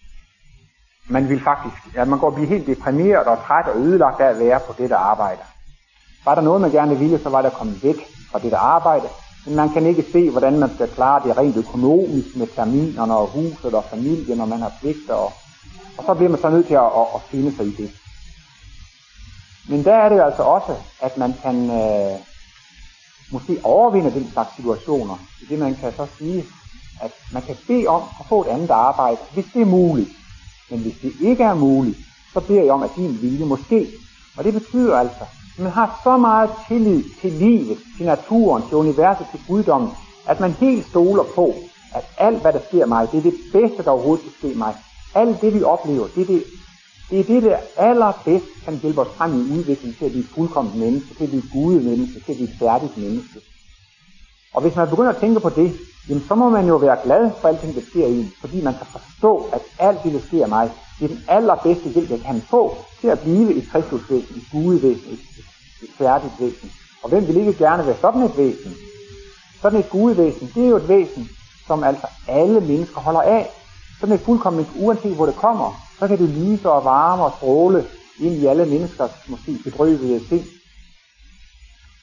man vil faktisk, ja, man går og blive helt deprimeret og træt og ødelagt af at være på dette arbejde. Var der noget, man gerne ville, så var der kommet væk fra dette arbejde, men man kan ikke se, hvordan man skal klare det rent økonomisk med terminerne og huset og familien, når man har pligter, og, og så bliver man så nødt til at, at, at finde sig i det. Men der er det altså også, at man kan øh, måske overvinde den slags situationer, i det man kan så sige, at man kan bede om at få et andet arbejde, hvis det er muligt. Men hvis det ikke er muligt, så beder jeg om, at din vilje må ske. Og det betyder altså, at man har så meget tillid til livet, til naturen, til universet, til guddommen, at man helt stoler på, at alt hvad der sker mig, det er det bedste, der overhovedet kan ske mig. Alt det vi oplever, det er det, det, er det der allerbedst kan hjælpe os frem i udviklingen til at blive et fuldkomment menneske, til at blive et gudemenneske, til at blive et færdigt menneske. Og hvis man begynder at tænke på det, jamen så må man jo være glad for alting, der sker i en, fordi man kan forstå, at alt det, der sker mig, det er den allerbedste hjælp, jeg kan få til at blive et kristusvæsen, et gudevæsen, et, et, et færdigt væsen. Og hvem vil ikke gerne være sådan et væsen? Sådan et gudevæsen, det er jo et væsen, som altså alle mennesker holder af. Sådan et fuldkomment, uanset hvor det kommer, så kan det lyse og varme og stråle ind i alle menneskers måske bedrøvede sind.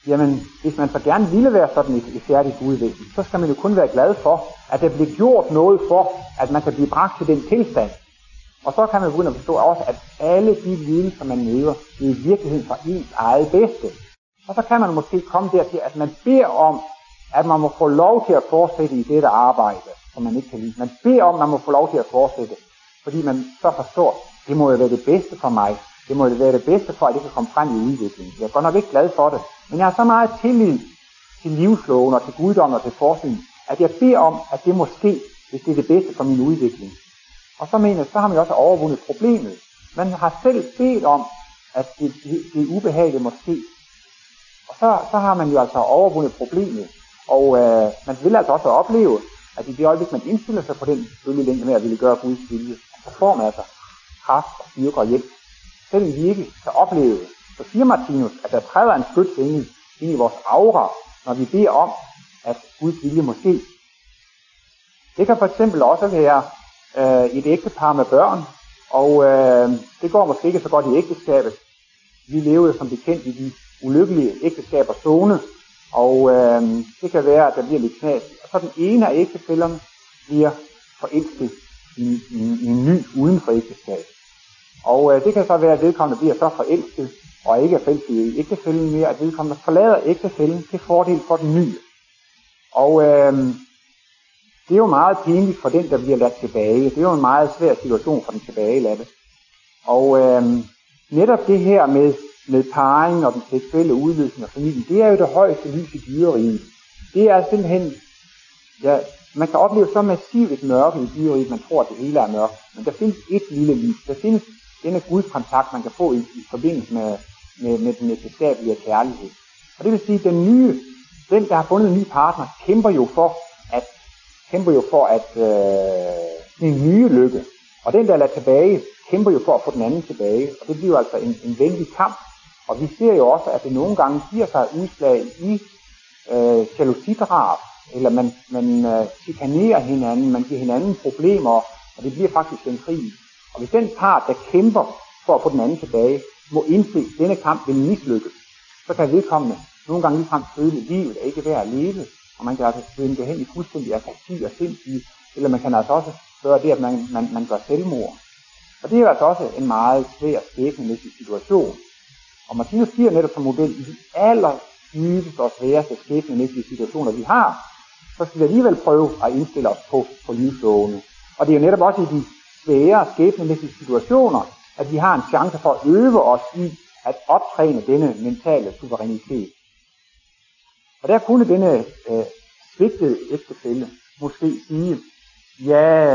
jamen hvis man så gerne ville være sådan et, et færdigt udvikling, så skal man jo kun være glad for, at der bliver gjort noget for, at man kan blive bragt til den tilstand. Og så kan man begynde at forstå også, at alle de lidelser, man møder, det er i virkeligheden for ens eget bedste. Og så kan man måske komme dertil, at man beder om, at man må få lov til at fortsætte i dette arbejde, som man ikke kan lide. Man beder om, at man må få lov til at fortsætte, fordi man så forstår, det må jo være det bedste for mig. Det må jo være det bedste for, at det kan komme frem i udviklingen. Jeg er godt nok ikke glad for det, men jeg har så meget tillid til livsloven og til guddommen og til forskningen, at jeg beder om, at det må ske, hvis det er det bedste for min udvikling. Og så mener jeg, så har man jo også overvundet problemet. Man har selv bedt om, at det, det, det ubehagelige må ske. Og så, så har man jo altså overvundet problemet. Og øh, man vil altså også opleve, at i det øjeblik, man indstiller sig på den bølgelængde med at ville gøre Guds vilje, så får man altså kraft og styrke og hjælp. Selvom vi ikke kan opleve det, så siger Martinus, at der træder en skytsengel ind i vores aura, når vi beder om, at Guds vilje må ske. Det kan for eksempel også være øh, et ægtepar med børn, og øh, det går måske ikke så godt i ægteskabet. Vi lever jo som bekendt i de ulykkelige ægteskabers zone, og øh, det kan være, at der bliver lidt knas. Og så den ene af ægtefællerne bliver forelsket i, i, i en ny uden for ægteskab. Og øh, det kan så være, at vedkommende bliver så forelsket, og ikke er forelsket i ægtefællen mere, at vedkommende forlader ægtefællen til fordel for den nye. Og øh, det er jo meget pinligt for den, der bliver ladt tilbage. Det er jo en meget svær situation for den tilbageladte. Og øh, netop det her med, med parring og den seksuelle udløsning af familien, det er jo det højeste lys i dyreriget. Det er simpelthen, ja, man kan opleve så massivt et mørke i dyreriget, man tror, at det hele er mørkt. Men der findes et lille lys. Der findes denne gudskontakt, man kan få i, i forbindelse med, med, med den ægteskabelige kærlighed. Og det vil sige, at den nye, den der har fundet en ny partner, kæmper jo for at, kæmper jo for at øh, en nye lykke. Og den der er ladt tilbage, kæmper jo for at få den anden tilbage. Og det bliver altså en, en venlig kamp. Og vi ser jo også, at det nogle gange giver sig udslag i øh, jalousidrab, eller man, man øh, chikanerer hinanden, man giver hinanden problemer, og det bliver faktisk en krig. Og hvis den part, der kæmper for at få den anden tilbage, må indse, at denne kamp vil mislykkes, så kan vedkommende nogle gange ligefrem føle, at livet er ikke værd at leve, og man kan altså føle det hen i fuldstændig apati og sindssyge, eller man kan altså også gøre det, at man, man, man gør selvmord. Og det er altså også en meget svær skæbnemæssig situation. Og Martinus siger netop som model, i de aller dybeste og sværeste skæbnemæssige situationer, vi har, så skal vi alligevel prøve at indstille os på, på livslovene. Og det er jo netop også i de svære skæbnemæssige situationer, at vi har en chance for at øve os i at optræne denne mentale suverænitet. Og der kunne denne øh, svigtede ægtefælle måske sige, ja,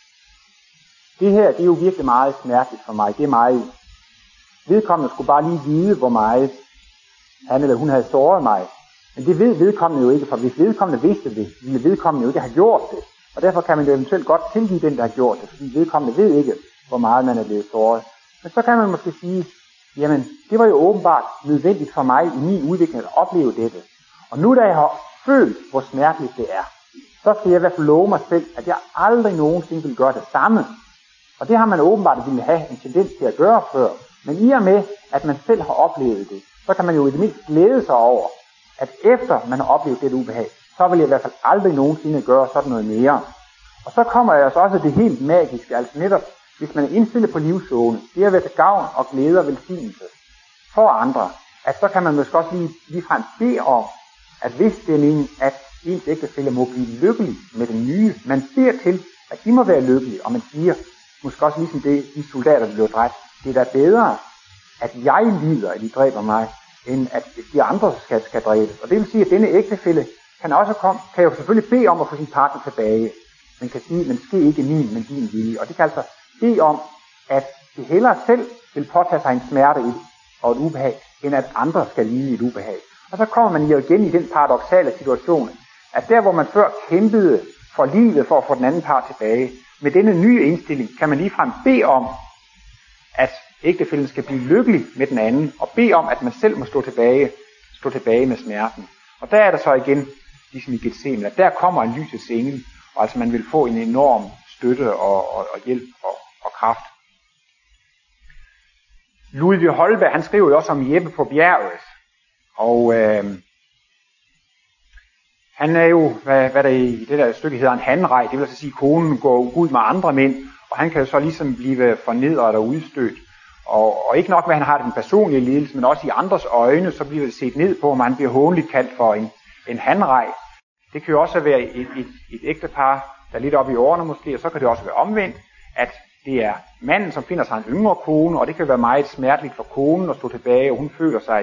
det her det er jo virkelig meget smerteligt for mig, det er meget. Vedkommende skulle bare lige vide, hvor meget han eller hun havde såret mig. Men det ved vedkommende jo ikke, for hvis vedkommende vidste det, ville vedkommende jo ikke have gjort det. Og derfor kan man jo eventuelt godt tilgive den, der har gjort det, fordi vedkommende ved ikke, hvor meget man er blevet såret. Men så kan man måske sige, jamen, det var jo åbenbart nødvendigt for mig i min udvikling at opleve dette. Og nu da jeg har følt, hvor smerteligt det er, så skal jeg i hvert fald love mig selv, at jeg aldrig nogensinde vil gøre det samme. Og det har man åbenbart ville have en tendens til at gøre før. Men i og med, at man selv har oplevet det, så kan man jo i det mindste glæde sig over, at efter man har oplevet det ubehag, så vil jeg i hvert fald aldrig nogensinde gøre sådan noget mere. Og så kommer jeg altså også det helt magiske, altså netop, hvis man er indstillet på livszone, det er at være til gavn og glæde og velsignelse for andre, at så kan man måske også lige, ligefrem bede om, at hvis det er meningen, at ens ægtefælle må blive lykkelig med den nye, man beder til, at de må være lykkelige, og man siger, måske også ligesom det, de soldater, der blev dræbt, det er da bedre, at jeg lider, at de dræber mig, end at de andre skal, skal dræbes. Og det vil sige, at denne ægtefælle kan også komme, kan jo selvfølgelig bede om at få sin partner tilbage, men kan sige, men ske ikke min, men din vilje. Og det kan altså bede om, at det hellere selv vil påtage sig en smerte og et ubehag, end at andre skal lide et ubehag. Og så kommer man jo igen i den paradoksale situation, at der hvor man før kæmpede for livet for at få den anden part tilbage, med denne nye indstilling kan man ligefrem bede om, at ægtefællen skal blive lykkelig med den anden, og bede om, at man selv må stå tilbage, stå tilbage med smerten. Og der er der så igen, ligesom i Getsemane, at der kommer en lysets engel, og altså man vil få en enorm støtte og, og, og hjælp og, og kraft. Ludvig Holberg, han skriver jo også om Jeppe på bjerget, Og øh, han er jo, hvad, hvad der i det der stykke hedder en hanrej, det vil altså sige, at konen går ud med andre mænd, og han kan jo så ligesom blive fornedret og udstødt. Og, og ikke nok med, at han har den personlige lidelse, men også i andres øjne, så bliver det set ned på, om han bliver hånligt kaldt for en, en hanrej. Det kan jo også være et, et, et ægtepar, der er lidt oppe i årene måske, og så kan det også være omvendt, at det er manden, som finder sig en yngre kone, og det kan være meget smerteligt for konen at stå tilbage, og hun føler sig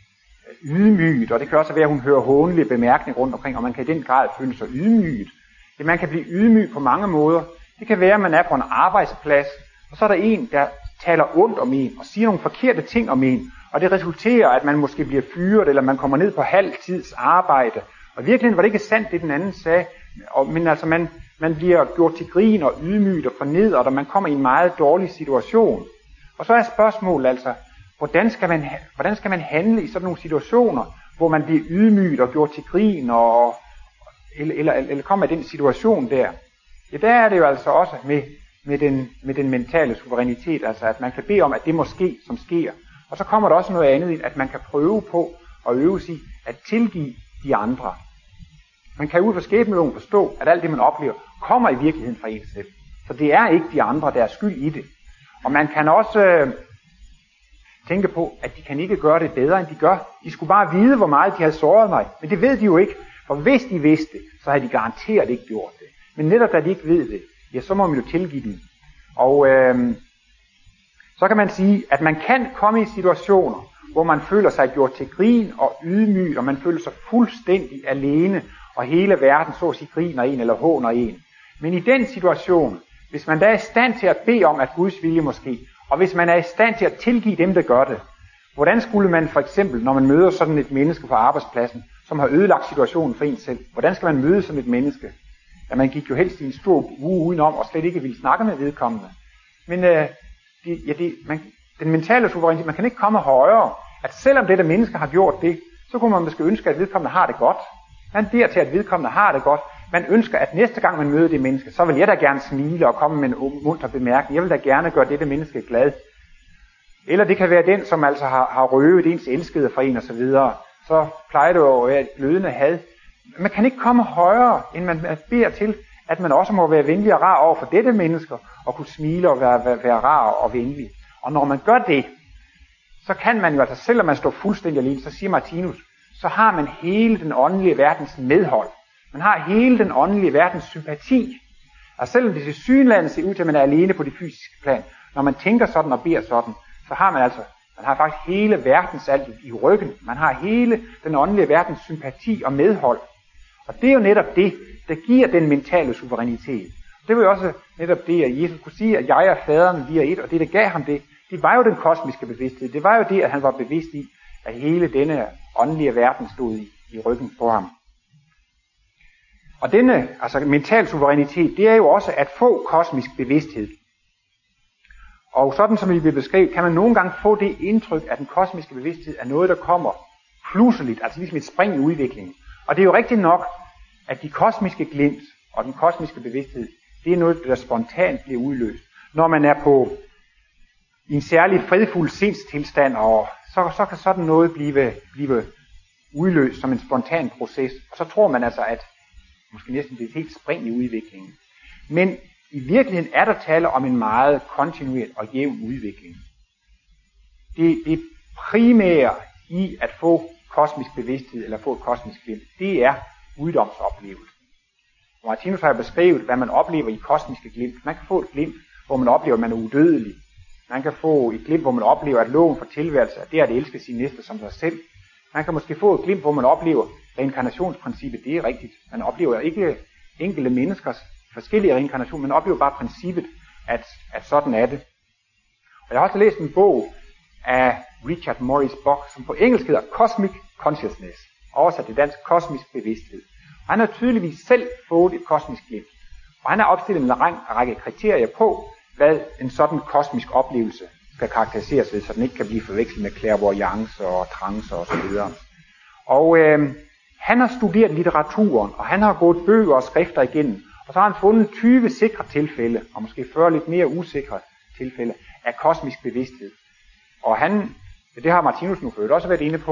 ydmyget, og det kan også være, at hun hører hånlige bemærkninger rundt omkring, og man kan i den grad føle sig ydmyget. Det, man kan blive ydmyg på mange måder. Det kan være, at man er på en arbejdsplads, og så er der en, der taler ondt om en, og siger nogle forkerte ting om en, og det resulterer, at man måske bliver fyret, eller man kommer ned på halv tids arbejde. Og virkelig var det ikke sandt, det den anden sagde, og, men altså man, man bliver gjort til grin og ydmygt og fornedret, og man kommer i en meget dårlig situation. Og så er spørgsmålet altså, hvordan skal man, hvordan skal man handle i sådan nogle situationer, hvor man bliver ydmygt og gjort til grin, og, eller, eller, eller kommer i den situation der. Ja, der er det jo altså også med, med, den, med den mentale suverænitet, altså at man kan bede om, at det må ske, som sker. Og så kommer der også noget andet ind, at man kan prøve på at øve sig at tilgive de andre. Man kan ud fra skæbneloven forstå, at alt det, man oplever, kommer i virkeligheden fra en selv. Så det er ikke de andre, der er skyld i det. Og man kan også øh, tænke på, at de kan ikke gøre det bedre, end de gør. De skulle bare vide, hvor meget de havde såret mig. Men det ved de jo ikke. For hvis de vidste det, så havde de garanteret ikke gjort det. Men netop da de ikke ved det, ja, så må man jo tilgive dem. Og øh, så kan man sige, at man kan komme i situationer, hvor man føler sig gjort til grin og ydmyg, og man føler sig fuldstændig alene, og hele verden så at sige griner en eller håner en. Men i den situation, hvis man da er i stand til at bede om, at Guds vilje måske, og hvis man er i stand til at tilgive dem, der gør det, hvordan skulle man for eksempel, når man møder sådan et menneske på arbejdspladsen, som har ødelagt situationen for en selv, hvordan skal man møde sådan et menneske? Ja, man gik jo helst i en stor uge udenom, og slet ikke ville snakke med vedkommende. Men øh, de, ja, de, man, den mentale suverænitet, man kan ikke komme højere, at selvom dette menneske har gjort det, så kunne man måske ønske, at vedkommende har det godt. Man beder til, at vedkommende har det godt. Man ønsker, at næste gang man møder det menneske, så vil jeg da gerne smile og komme med en munter bemærkning. Jeg vil da gerne gøre dette menneske glad. Eller det kan være den, som altså har, har røvet ens elskede for en og så videre. Så plejer det jo at være et glødende had. Man kan ikke komme højere, end man beder til, at man også må være venlig og rar over for dette menneske, og kunne smile og være, være, være rar og venlig. Og når man gør det, så kan man jo altså, selvom man står fuldstændig alene, så siger Martinus, så har man hele den åndelige verdens medhold. Man har hele den åndelige verdens sympati. Og selvom det til synlandet ser ud til, at man er alene på det fysiske plan, når man tænker sådan og beder sådan, så har man altså, man har faktisk hele verdens alt i ryggen. Man har hele den åndelige verdens sympati og medhold. Og det er jo netop det, der giver den mentale suverænitet. Det var jo også netop det, at Jesus kunne sige, at jeg og faderen, vi er et, og det, der gav ham det, det var jo den kosmiske bevidsthed. Det var jo det, at han var bevidst i, at hele denne åndelige verden stod i, i ryggen på ham. Og denne, altså mental suverænitet, det er jo også at få kosmisk bevidsthed. Og sådan som vi vil beskrive, kan man nogle gange få det indtryk, at den kosmiske bevidsthed er noget, der kommer pludseligt, altså ligesom et spring i udviklingen. Og det er jo rigtigt nok, at de kosmiske glimt og den kosmiske bevidsthed, det er noget, der spontant bliver udløst. Når man er på i en særlig fredfuld sindstilstand, og så, så kan sådan noget blive, blive udløst som en spontan proces. Og så tror man altså, at måske næsten det er et helt spring i udviklingen. Men i virkeligheden er der tale om en meget kontinuerlig og jævn udvikling. Det, det primære i at få kosmisk bevidsthed eller få et kosmisk glimt, det er guddomsoplevelsen. Og Martinus har beskrevet, hvad man oplever i kosmiske glimt. Man kan få et glimt, hvor man oplever, at man er udødelig. Man kan få et glimt, hvor man oplever, at loven for tilværelse er det at elske sin næste som sig selv. Man kan måske få et glimt, hvor man oplever, at reinkarnationsprincippet, det er rigtigt. Man oplever ikke enkelte menneskers forskellige reinkarnationer, man oplever bare princippet, at, at sådan er det. Og jeg har også læst en bog af Richard Morris Bock, som på engelsk hedder Cosmic Consciousness, oversat til dansk kosmisk bevidsthed. Og han har tydeligvis selv fået et kosmisk glimt, og han har opstillet en række kriterier på, hvad en sådan kosmisk oplevelse skal karakteriseres ved, så den ikke kan blive forvekslet med clairvoyance og trance og så videre. Og øh, han har studeret litteraturen, og han har gået bøger og skrifter igennem, og så har han fundet tyve sikre tilfælde, og måske fyrre lidt mere usikre tilfælde, af kosmisk bevidsthed. Og han, det har Martinus nu før også været inde på,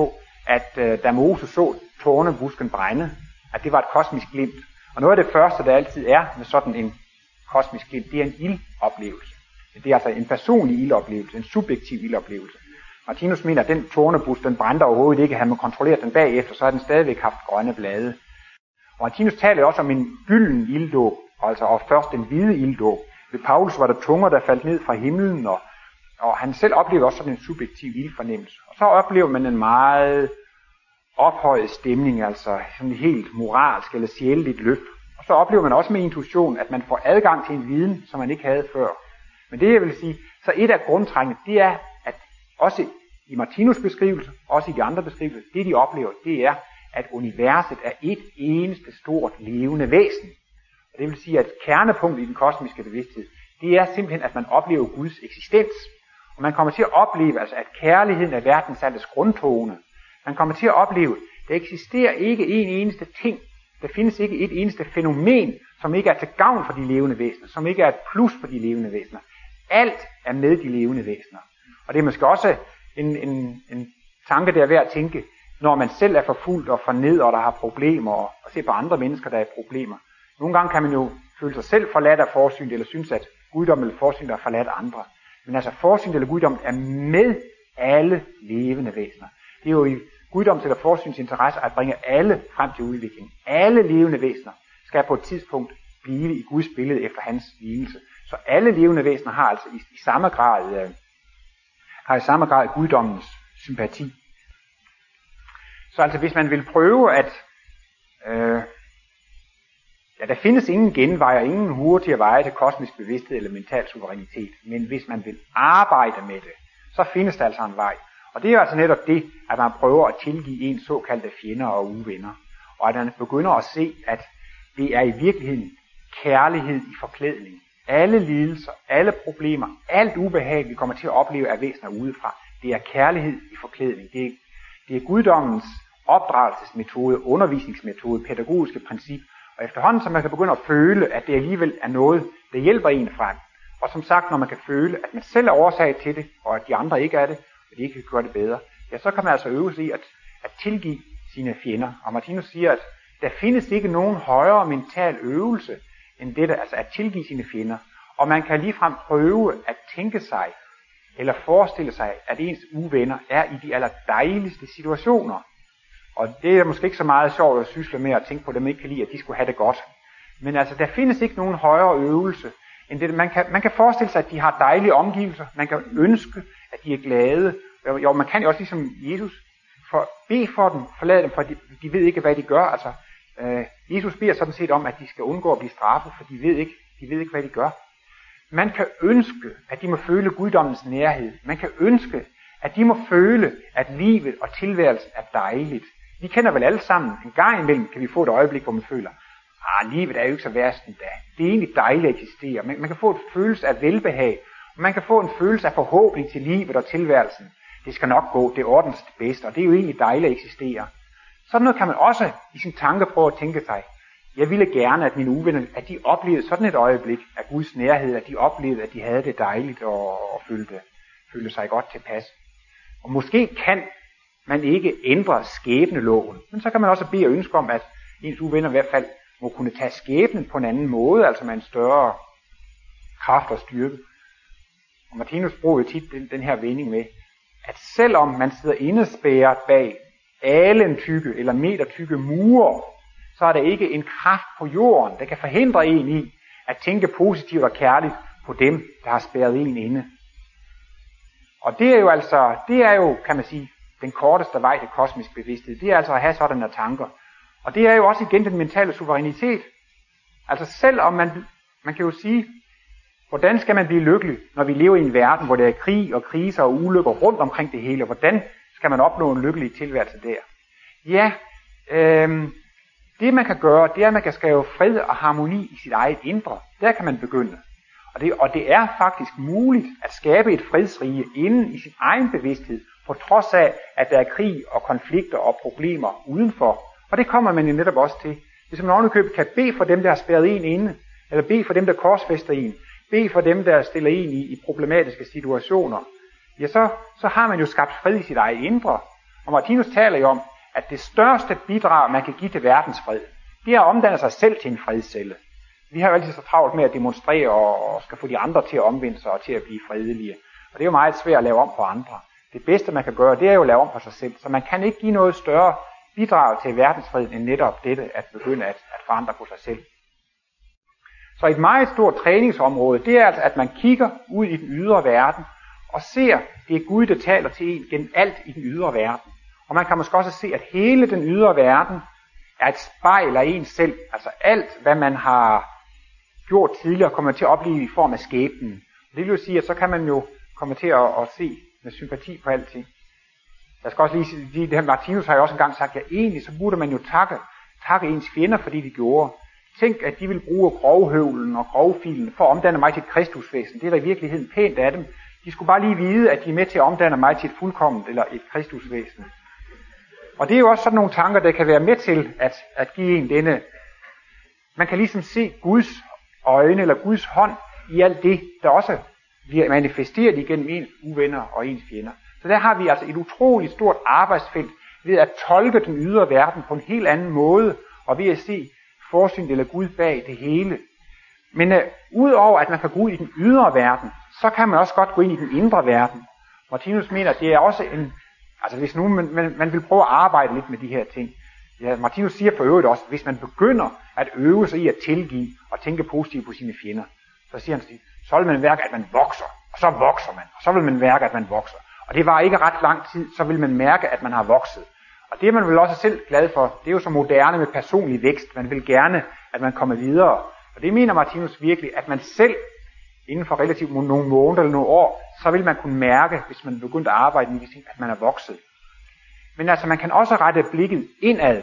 at øh, da Moses så tornebusken brænde, at det var et kosmisk glimt. Og noget af det første, der altid er med sådan en kosmisk glimt, det er en ildoplevelse. Det er altså en personlig ildoplevelse, en subjektiv ildoplevelse. Martinus mener, at den tornebus, den brændte overhovedet ikke, han må kontrollere den bagefter, så har den stadigvæk haft grønne blade. Og Martinus taler også om en gylden ilddåb, altså og først en hvide ilddåb. Ved Paulus var der tunger, der faldt ned fra himlen, og, og han selv oplevede også sådan en subjektiv ildfornemmelse. Og så oplever man en meget ophøjet stemning, altså sådan helt moralsk eller sjæleligt løft. Og så oplever man også med intuition, at man får adgang til en viden, som man ikke havde før. Men det jeg vil sige, så et af grundtrængene, det er, at også i Martinus beskrivelse, også i de andre beskrivelser, det de oplever, det er, at universet er et eneste stort levende væsen. Og det vil sige, at kernepunktet i den kosmiske bevidsthed, det er simpelthen, at man oplever Guds eksistens. Og man kommer til at opleve, altså, at kærligheden er verdens alles grundtone. Man kommer til at opleve, at der eksisterer ikke en eneste ting, der findes ikke et eneste fænomen, som ikke er til gavn for de levende væsener, som ikke er et plus for de levende væsener. Alt er med de levende væsener. Og det er måske også en, en, en tanke, der er værd at tænke, når man selv er forfulgt og fornedret, og der har problemer, og, og ser på andre mennesker, der er problemer. Nogle gange kan man jo føle sig selv forladt af forsynet, eller synes, at guddom eller forsynet er forladt af andre. Men altså forsynet eller guddom er med alle levende væsener. Det er jo i guddoms eller forsynets interesse at bringe alle frem til udvikling. Alle levende væsener skal på et tidspunkt blive i Guds billede efter hans lignelse. Så alle levende væsener har altså i, i samme grad øh, har i samme grad guddommens sympati. Så altså hvis man vil prøve at øh, ja, der findes ingen genvej og ingen hurtigere veje til kosmisk bevidsthed eller mental suverænitet, men hvis man vil arbejde med det, så findes der altså en vej. Og det er altså netop det, at man prøver at tilgive ens såkaldte fjender og uvenner. Og at man begynder at se, at det er i virkeligheden kærlighed i forklædning. Alle lidelser, alle problemer, alt ubehag, vi kommer til at opleve af væsener udefra, det er kærlighed i forklædning. Det er, det er guddommens opdragelsesmetode, undervisningsmetode, pædagogiske princip. Og efterhånden, så man kan begynde at føle, at det alligevel er noget, der hjælper en frem. Og som sagt, når man kan føle, at man selv er årsag til det, og at de andre ikke er det, og de ikke kan gøre det bedre, ja, så kan man altså øve sig i at, at tilgive sine fjender. Og Martinus siger, at der findes ikke nogen højere mental øvelse, end dette, altså at tilgive sine fjender. Og man kan ligefrem prøve at tænke sig, eller forestille sig, at ens uvenner er i de allerdejligste situationer. Og det er måske ikke så meget sjovt at sysle med at tænke på, at dem ikke kan lide, at de skulle have det godt. Men altså, der findes ikke nogen højere øvelse, end det. Man kan, man kan forestille sig, at de har dejlige omgivelser. Man kan ønske, at de er glade. Jo, man kan jo også ligesom Jesus for, bede for dem, forlade dem, for de, de ved ikke, hvad de gør. Altså, øh, Jesus beder sådan set om, at de skal undgå at blive straffet, for de ved ikke, de ved ikke, hvad de gør. Man kan ønske, at de må føle guddommens nærhed. Man kan ønske, at de må føle, at livet og tilværelsen er dejligt. Vi kender vel alle sammen, en gang imellem kan vi få et øjeblik, hvor man føler, ah, livet er jo ikke så værst endda. Det er egentlig dejligt at eksistere. Man, man kan få en følelse af velbehag, og man kan få en følelse af forhåbning til livet og tilværelsen. Det skal nok gå, det er ordentligt det bedste, og det er jo egentlig dejligt at eksistere. Sådan noget kan man også i sin tanke prøve at tænke sig. Jeg ville gerne, at mine uvenner, at de oplevede sådan et øjeblik af Guds nærhed, at de oplevede, at de havde det dejligt og, og følte, følte sig godt tilpas. Og måske kan man ikke ændre skæbneloven, men så kan man også bede og ønske om, at ens uvenner i hvert fald må kunne tage skæbnen på en anden måde, altså med en større kraft og styrke. Og Martinus bruger jo tit den, den her vending med, at selvom man sidder indespærret bag alen tykke eller meter tykke mure, så er der ikke en kraft på jorden, der kan forhindre en i at tænke positivt og kærligt på dem, der har spærret en inde. Og det er jo altså, det er jo, kan man sige, den korteste vej til kosmisk bevidsthed. Det er altså at have sådanne tanker. Og det er jo også igen den mentale suverænitet. Altså selvom man, man kan jo sige, hvordan skal man blive lykkelig, når vi lever i en verden, hvor der er krig og kriser og ulykker rundt omkring det hele? Hvordan skal man opnå en lykkelig tilværelse der? Ja, øh, det man kan gøre, det er, at man kan skabe fred og harmoni i sit eget indre. Der kan man begynde. Og det, og det er faktisk muligt at skabe et fredsrige inden i sin egen bevidsthed, på trods af, at der er krig og konflikter og problemer udenfor. Og det kommer man jo netop også til. Hvis man ovenikøbet kan bede for dem, der har spærret en inde, eller bede for dem, der korsfæster en, bede for dem, der stiller en i, i problematiske situationer, ja, så, så har man jo skabt fred i sit eget indre. Og Martinus taler jo om, at det største bidrag, man kan give til verdensfred, det er at omdanne sig selv til en fredscelle. Vi har jo altid så travlt med at demonstrere og skal få de andre til at omvende sig og til at blive fredelige. Og det er jo meget svært at lave om på andre. Det bedste, man kan gøre, det er jo at lave om på sig selv. Så man kan ikke give noget større bidrag til verdensfreden end netop dette, at begynde at, at forandre på sig selv. Så et meget stort træningsområde, det er altså, at man kigger ud i den ydre verden og ser, det er Gud, der taler til en gennem alt i den ydre verden. Og man kan måske også se, at hele den ydre verden er et spejl af en selv. Altså alt, hvad man har gjort tidligere, kommer til at opleve i form af skæbnen. Det vil jo sige, at så kan man jo komme til at, at se med sympati på alting. Jeg skal også lige sige, det her Martinus har jo også engang sagt, at ja, egentlig så burde man jo takke, takke ens fjender, fordi de gjorde. Tænk, at de vil bruge grovhøvlen og grovfilen for at omdanne mig til et kristusvæsen. Det er da i virkeligheden pænt af dem. De skulle bare lige vide, at de er med til at omdanne mig til et fuldkomment eller et kristusvæsen. Og det er jo også sådan nogle tanker, der kan være med til at, at give en denne. Man kan ligesom se Guds øjne eller Guds hånd i alt det, der også bliver manifesteret igennem ens uvenner og ens fjender. Så der har vi altså et utroligt stort arbejdsfelt ved at tolke den ydre verden på en helt anden måde, og ved at se forsynet eller Gud bag det hele. Men uh, udover at man kan gå ud i den ydre verden, så kan man også godt gå ind i den indre verden. Martinus mener, at det er også en, altså hvis nu man, man, man vil prøve at arbejde lidt med de her ting. Ja, Martinus siger for øvrigt også, at hvis man begynder at øve sig i at tilgive og tænke positivt på sine fjender, så siger han, så vil man mærke, at man vokser, og så vokser man, og så vil man mærke, at man vokser. Og det var ikke ret lang tid, så vil man mærke, at man har vokset. Og det er man vel også selv glad for. Det er jo så moderne med personlig vækst. Man vil gerne, at man kommer videre. Og det mener Martinus virkelig, at man selv inden for relativt nogle måneder eller nogle år, så vil man kunne mærke, hvis man begynder at arbejde med de ting, at man er vokset. Men altså, man kan også rette blikket indad.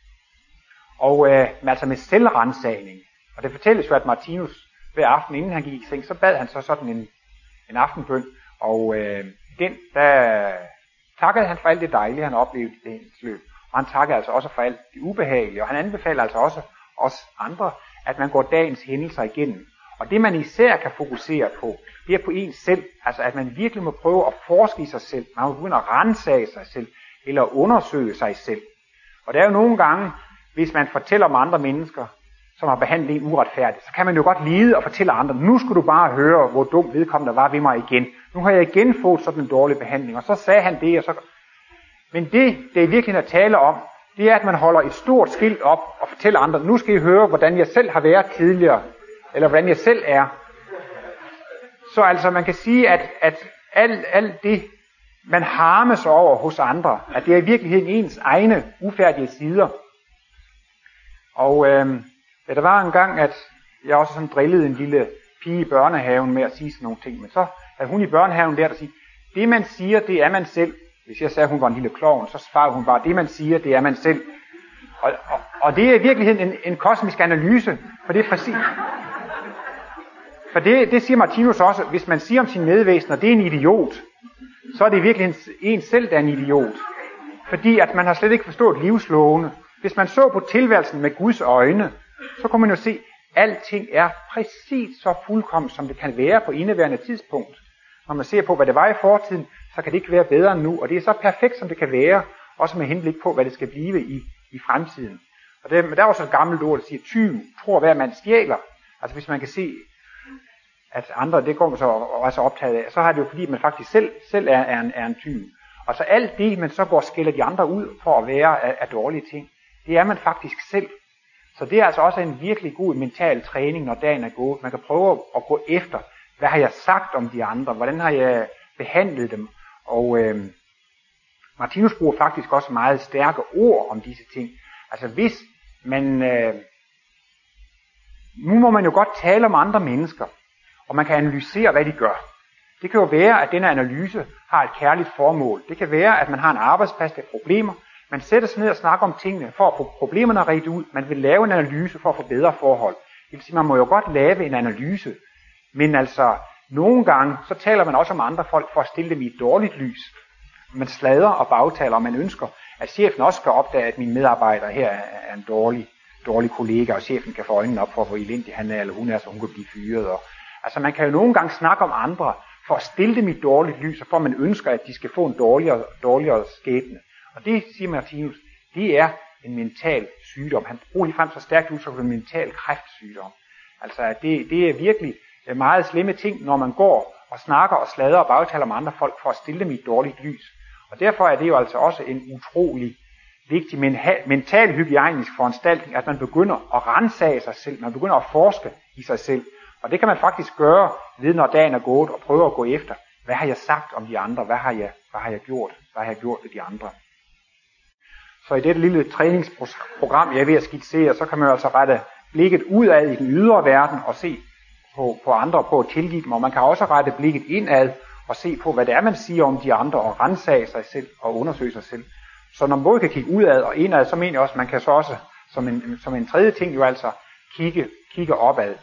Og øh, altså med selvrensagning. Og det fortælles jo, at Martinus hver aften, inden han gik i seng, så bad han så sådan en, en aftenbøn. Og øh, den, der takkede han for alt det dejlige, han oplevede i dagens løb. Og han takkede altså også for alt det ubehagelige. Og han anbefaler altså også os andre, at man går dagens hændelser igennem. Og det man især kan fokusere på, det er på en selv. Altså at man virkelig må prøve at forske i sig selv. Man må begynde at ransage sig selv, eller undersøge sig selv. Og der er jo nogle gange, hvis man fortæller om andre mennesker, som har behandlet en uretfærdigt, så kan man jo godt lide og fortælle andre, nu skulle du bare høre, hvor dum vedkommende var ved mig igen. Nu har jeg igen fået sådan en dårlig behandling, og så sagde han det, og så... Men det, det er virkelig at tale om, det er, at man holder et stort skilt op og fortæller andre, nu skal I høre, hvordan jeg selv har været tidligere, eller hvordan jeg selv er. Så altså, man kan sige, at, at alt, alt det, man harmes over hos andre, at det er i virkeligheden ens egne ufærdige sider. Og øh, ja, der var en gang, at jeg også sådan drillede en lille pige i børnehaven med at sige sådan nogle ting, men så havde hun i børnehaven der, der siger, det man siger, det er man selv. Hvis jeg sagde, at hun var en lille klovn, så svarede hun bare, det man siger, det er man selv. Og, og, og det er i virkeligheden en, en kosmisk analyse, for det er præcis. For det, det siger Martinus også, hvis man siger om sin medvæsener, det er en idiot, så er det i virkeligheden en selv, der er en idiot. Fordi at man har slet ikke forstået livslovene. Hvis man så på tilværelsen med Guds øjne, så kunne man jo se, at alting er præcis så fuldkommen, som det kan være på indeværende tidspunkt. Når man ser på, hvad det var i fortiden, så kan det ikke være bedre end nu. Og det er så perfekt, som det kan være, også med henblik på, hvad det skal blive i, i fremtiden. Og det, der er også et gammelt ord, der siger, tyv tror hver man stjæler. Altså hvis man kan se, at andre, det går man så også optaget af, så har det jo fordi, at man faktisk selv, selv er, er, en, er en tyv. Og så alt det, man så går og skælder de andre ud for at være af, af dårlige ting, det er man faktisk selv. Så det er altså også en virkelig god mental træning, når dagen er gået. Man kan prøve at gå efter, hvad har jeg sagt om de andre, hvordan har jeg behandlet dem. Og øh, Martinus bruger faktisk også meget stærke ord om disse ting. Altså hvis man, øh, nu må man jo godt tale om andre mennesker, og man kan analysere, hvad de gør. Det kan jo være, at denne analyse har et kærligt formål. Det kan være, at man har en arbejdsplads, der er problemer. Man sætter sig ned og snakker om tingene for at få problemerne redt ud. Man vil lave en analyse for at få bedre forhold. Det vil sige, man må jo godt lave en analyse. Men altså, nogle gange, så taler man også om andre folk for at stille dem i et dårligt lys. Man sladrer og bagtaler, og man ønsker, at chefen også skal opdage, at min medarbejder her er en dårlig, dårlig kollega, og chefen kan få øjnene op for, hvor elendig han er, eller hun er, så hun kan blive fyret. Og, altså, man kan jo nogle gange snakke om andre, for at stille dem i et dårligt lys, og for at man ønsker, at de skal få en dårligere, dårligere skæbne. Og det, siger Martinus, det er en mental sygdom. Han bruger ligefrem så stærkt udtryk for en mental kræftsygdom. Altså, det, det er virkelig meget slemme ting, når man går og snakker og slader og bagtaler med andre folk for at stille dem i et dårligt lys. Og derfor er det jo altså også en utrolig vigtig mental hygiejnisk foranstaltning, at man begynder at ransage sig selv, man begynder at forske i sig selv. Og det kan man faktisk gøre ved, når dagen er gået, og prøve at gå efter, hvad har jeg sagt om de andre, hvad har jeg, hvad har jeg gjort, hvad har jeg gjort ved de andre. Så i dette lille træningsprogram, jeg er ved at skitsere, så kan man jo altså rette blikket udad i den ydre verden og se på, på andre og på at tilgive dem. Og man kan også rette blikket indad og se på, hvad det er, man siger om de andre, og ransage sig selv og undersøge sig selv. Så når man både kan kigge udad og indad, så mener jeg også, at man kan så også som en, som en tredje ting jo altså kigge, kigge opad.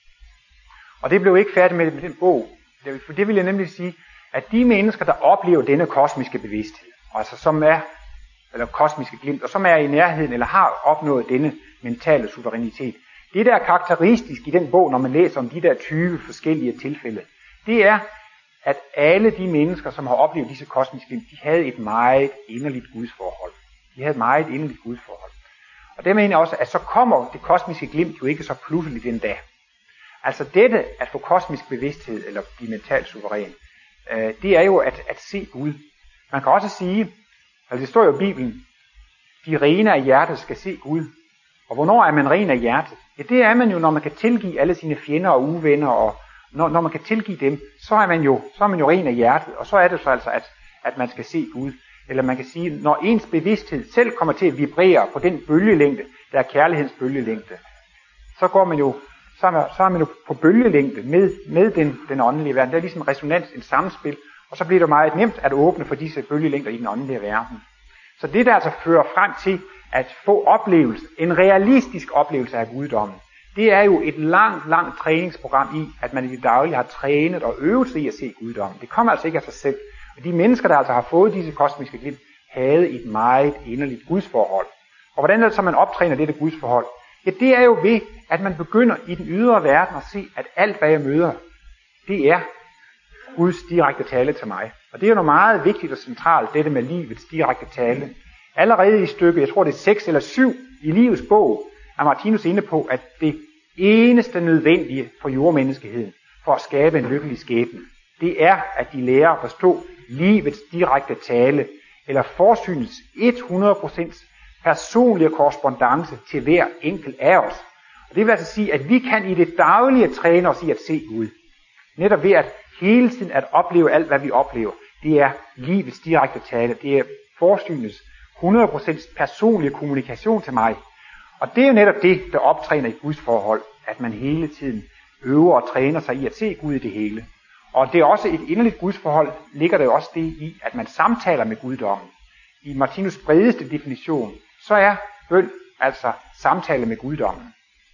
Og det blev ikke færdigt med, med den bog. For det vil jeg nemlig sige, at de mennesker, der oplever denne kosmiske bevidsthed, altså som er, eller kosmiske glimt, og som er i nærheden, eller har opnået denne mentale suverænitet, det der er karakteristisk i den bog, når man læser om de der tyve forskellige tilfælde, det er, at alle de mennesker, som har oplevet disse kosmiske glimt, de havde et meget inderligt gudsforhold. De havde et meget inderligt gudsforhold. Og det mener jeg også, at så kommer det kosmiske glimt jo ikke så pludselig den dag. Altså dette at få kosmisk bevidsthed, eller blive mentalt suveræn, øh, det er jo at, at se Gud. Man kan også sige, altså det står jo i Bibelen, de rene af hjertet skal se Gud. Og hvornår er man ren af hjertet? Ja, det er man jo, når man kan tilgive alle sine fjender og uvenner, og når, når man kan tilgive dem, så er man jo, så er man jo ren af hjertet, og så er det så altså, at, at man skal se Gud. Eller man kan sige, når ens bevidsthed selv kommer til at vibrere på den bølgelængde, der er kærlighedens bølgelængde, så går man jo, så er man, så er man jo på bølgelængde med, med den, den åndelige verden. Det er ligesom resonans, en samspil, og så bliver det meget nemt at åbne for disse bølgelængder i den åndelige verden. Så det der altså fører frem til at få oplevelse, en realistisk oplevelse af guddommen, det er jo et langt, langt træningsprogram i, at man i det daglige har trænet og øvet sig i at se guddommen. Det kommer altså ikke af sig selv. Og de mennesker, der altså har fået disse kosmiske glimt, havde et meget inderligt gudsforhold. Og hvordan er det så, man optræner dette gudsforhold? Ja, det er jo ved, at man begynder i den ydre verden at se, at alt, hvad jeg møder, det er Guds direkte tale til mig. Og det er jo noget meget vigtigt og centralt, dette med livets direkte tale. Allerede i stykket, jeg tror det er seks eller syv i livets bog, er Martinus inde på, at det eneste nødvendige for jordmenneskeheden, for at skabe en lykkelig skæbne, det er, at de lærer at forstå livets direkte tale, eller forsynets hundrede procent personlige korrespondance til hver enkelt af os. Og det vil altså sige, at vi kan i det daglige træne os i at se Gud. Netop ved at hele tiden at opleve alt, hvad vi oplever, det er livets direkte tale, det er forsynets hundrede procent personlige kommunikation til mig. Og det er jo netop det, der optræner i Guds forhold, at man hele tiden øver og træner sig i at se Gud i det hele. Og det er også et inderligt gudsforhold, ligger der jo også det i, at man samtaler med guddommen. I Martinus' bredeste definition, så er bøn altså samtale med guddommen.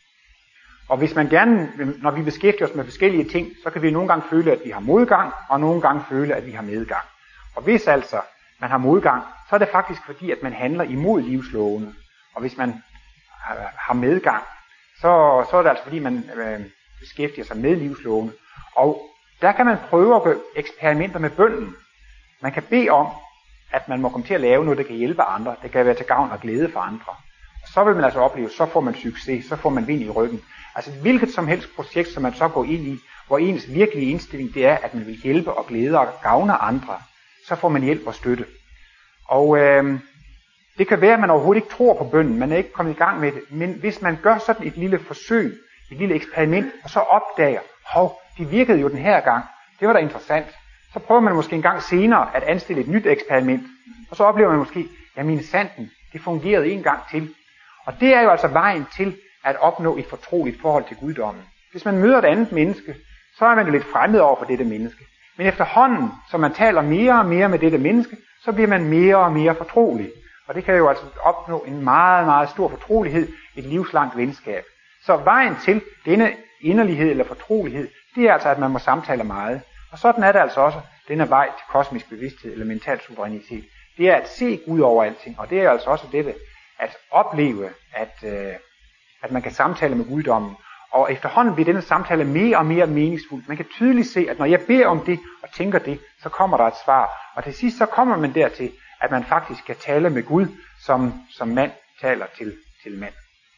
Og hvis man gerne, når vi beskæftiger os med forskellige ting, så kan vi nogle gange føle, at vi har modgang, og nogle gange føle, at vi har medgang. Og hvis altså man har modgang, så er det faktisk fordi, at man handler imod livslovene. Og hvis man har medgang, så, så er det altså fordi, man øh, beskæftiger sig med livslovene. Og der kan man prøve at gøre eksperimenter med bønnen. Man kan bede om, at man må komme til at lave noget, der kan hjælpe andre. Det kan være til gavn og glæde for andre. Og så vil man altså opleve, så får man succes, så får man vind i ryggen. Altså hvilket som helst projekt, som man så går ind i, hvor ens virkelige indstilling, det er, at man vil hjælpe og glæde og gavne andre, så får man hjælp og støtte. Og øh, det kan være, at man overhovedet ikke tror på bønnen, man er ikke kommet i gang med det, men hvis man gør sådan et lille forsøg, et lille eksperiment, og så opdager, hov, det virkede jo den her gang, det var da interessant, så prøver man måske en gang senere at anstille et nyt eksperiment, og så oplever man måske, ja, min sanden, det fungerede en gang til. Og det er jo altså vejen til at opnå et fortroligt forhold til guddommen. Hvis man møder et andet menneske, så er man jo lidt fremmed over for dette menneske. Men efterhånden, som man taler mere og mere med dette menneske, så bliver man mere og mere fortrolig. Og det kan jo altså opnå en meget, meget stor fortrolighed, et livslangt venskab. Så vejen til denne inderlighed eller fortrolighed, det er altså, at man må samtale meget. Og sådan er det altså også, denne vej til kosmisk bevidsthed eller mental suverænitet. Det er at se Gud over alting, og det er altså også dette, at opleve, at, øh, at man kan samtale med guddommen. Og efterhånden bliver denne samtale mere og mere meningsfuld. Man kan tydeligt se, at når jeg beder om det og tænker det, så kommer der et svar. Og til sidst så kommer man dertil, at man faktisk kan tale med Gud, som, som mand taler til, til mand.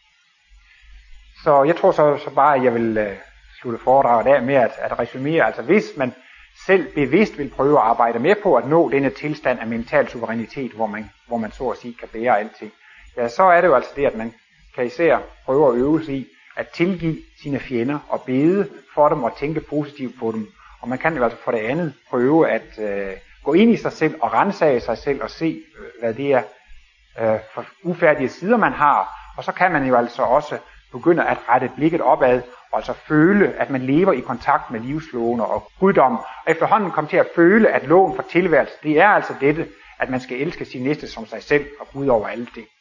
Så jeg tror så, så bare, at jeg vil øh, slutte foredraget af med at, at resumere. Altså hvis man selv bevidst vil prøve at arbejde med på at nå denne tilstand af mental suverænitet, hvor man, hvor man så at sige kan bære alting, ja, så er det jo altså det, at man kan især prøve at øve sig i at tilgive sine fjender og bede for dem og tænke positivt på dem. Og man kan jo altså for det andet prøve at øh, gå ind i sig selv og ransage sig selv og se, øh, hvad det er øh, for ufærdige sider man har. Og så kan man jo altså også begynde at rette blikket opad, og altså føle, at man lever i kontakt med livsloven og guddom. Og efterhånden komme til at føle, at loven for tilværelse, det er altså dette, at man skal elske sin næste som sig selv og Gud over alle ting.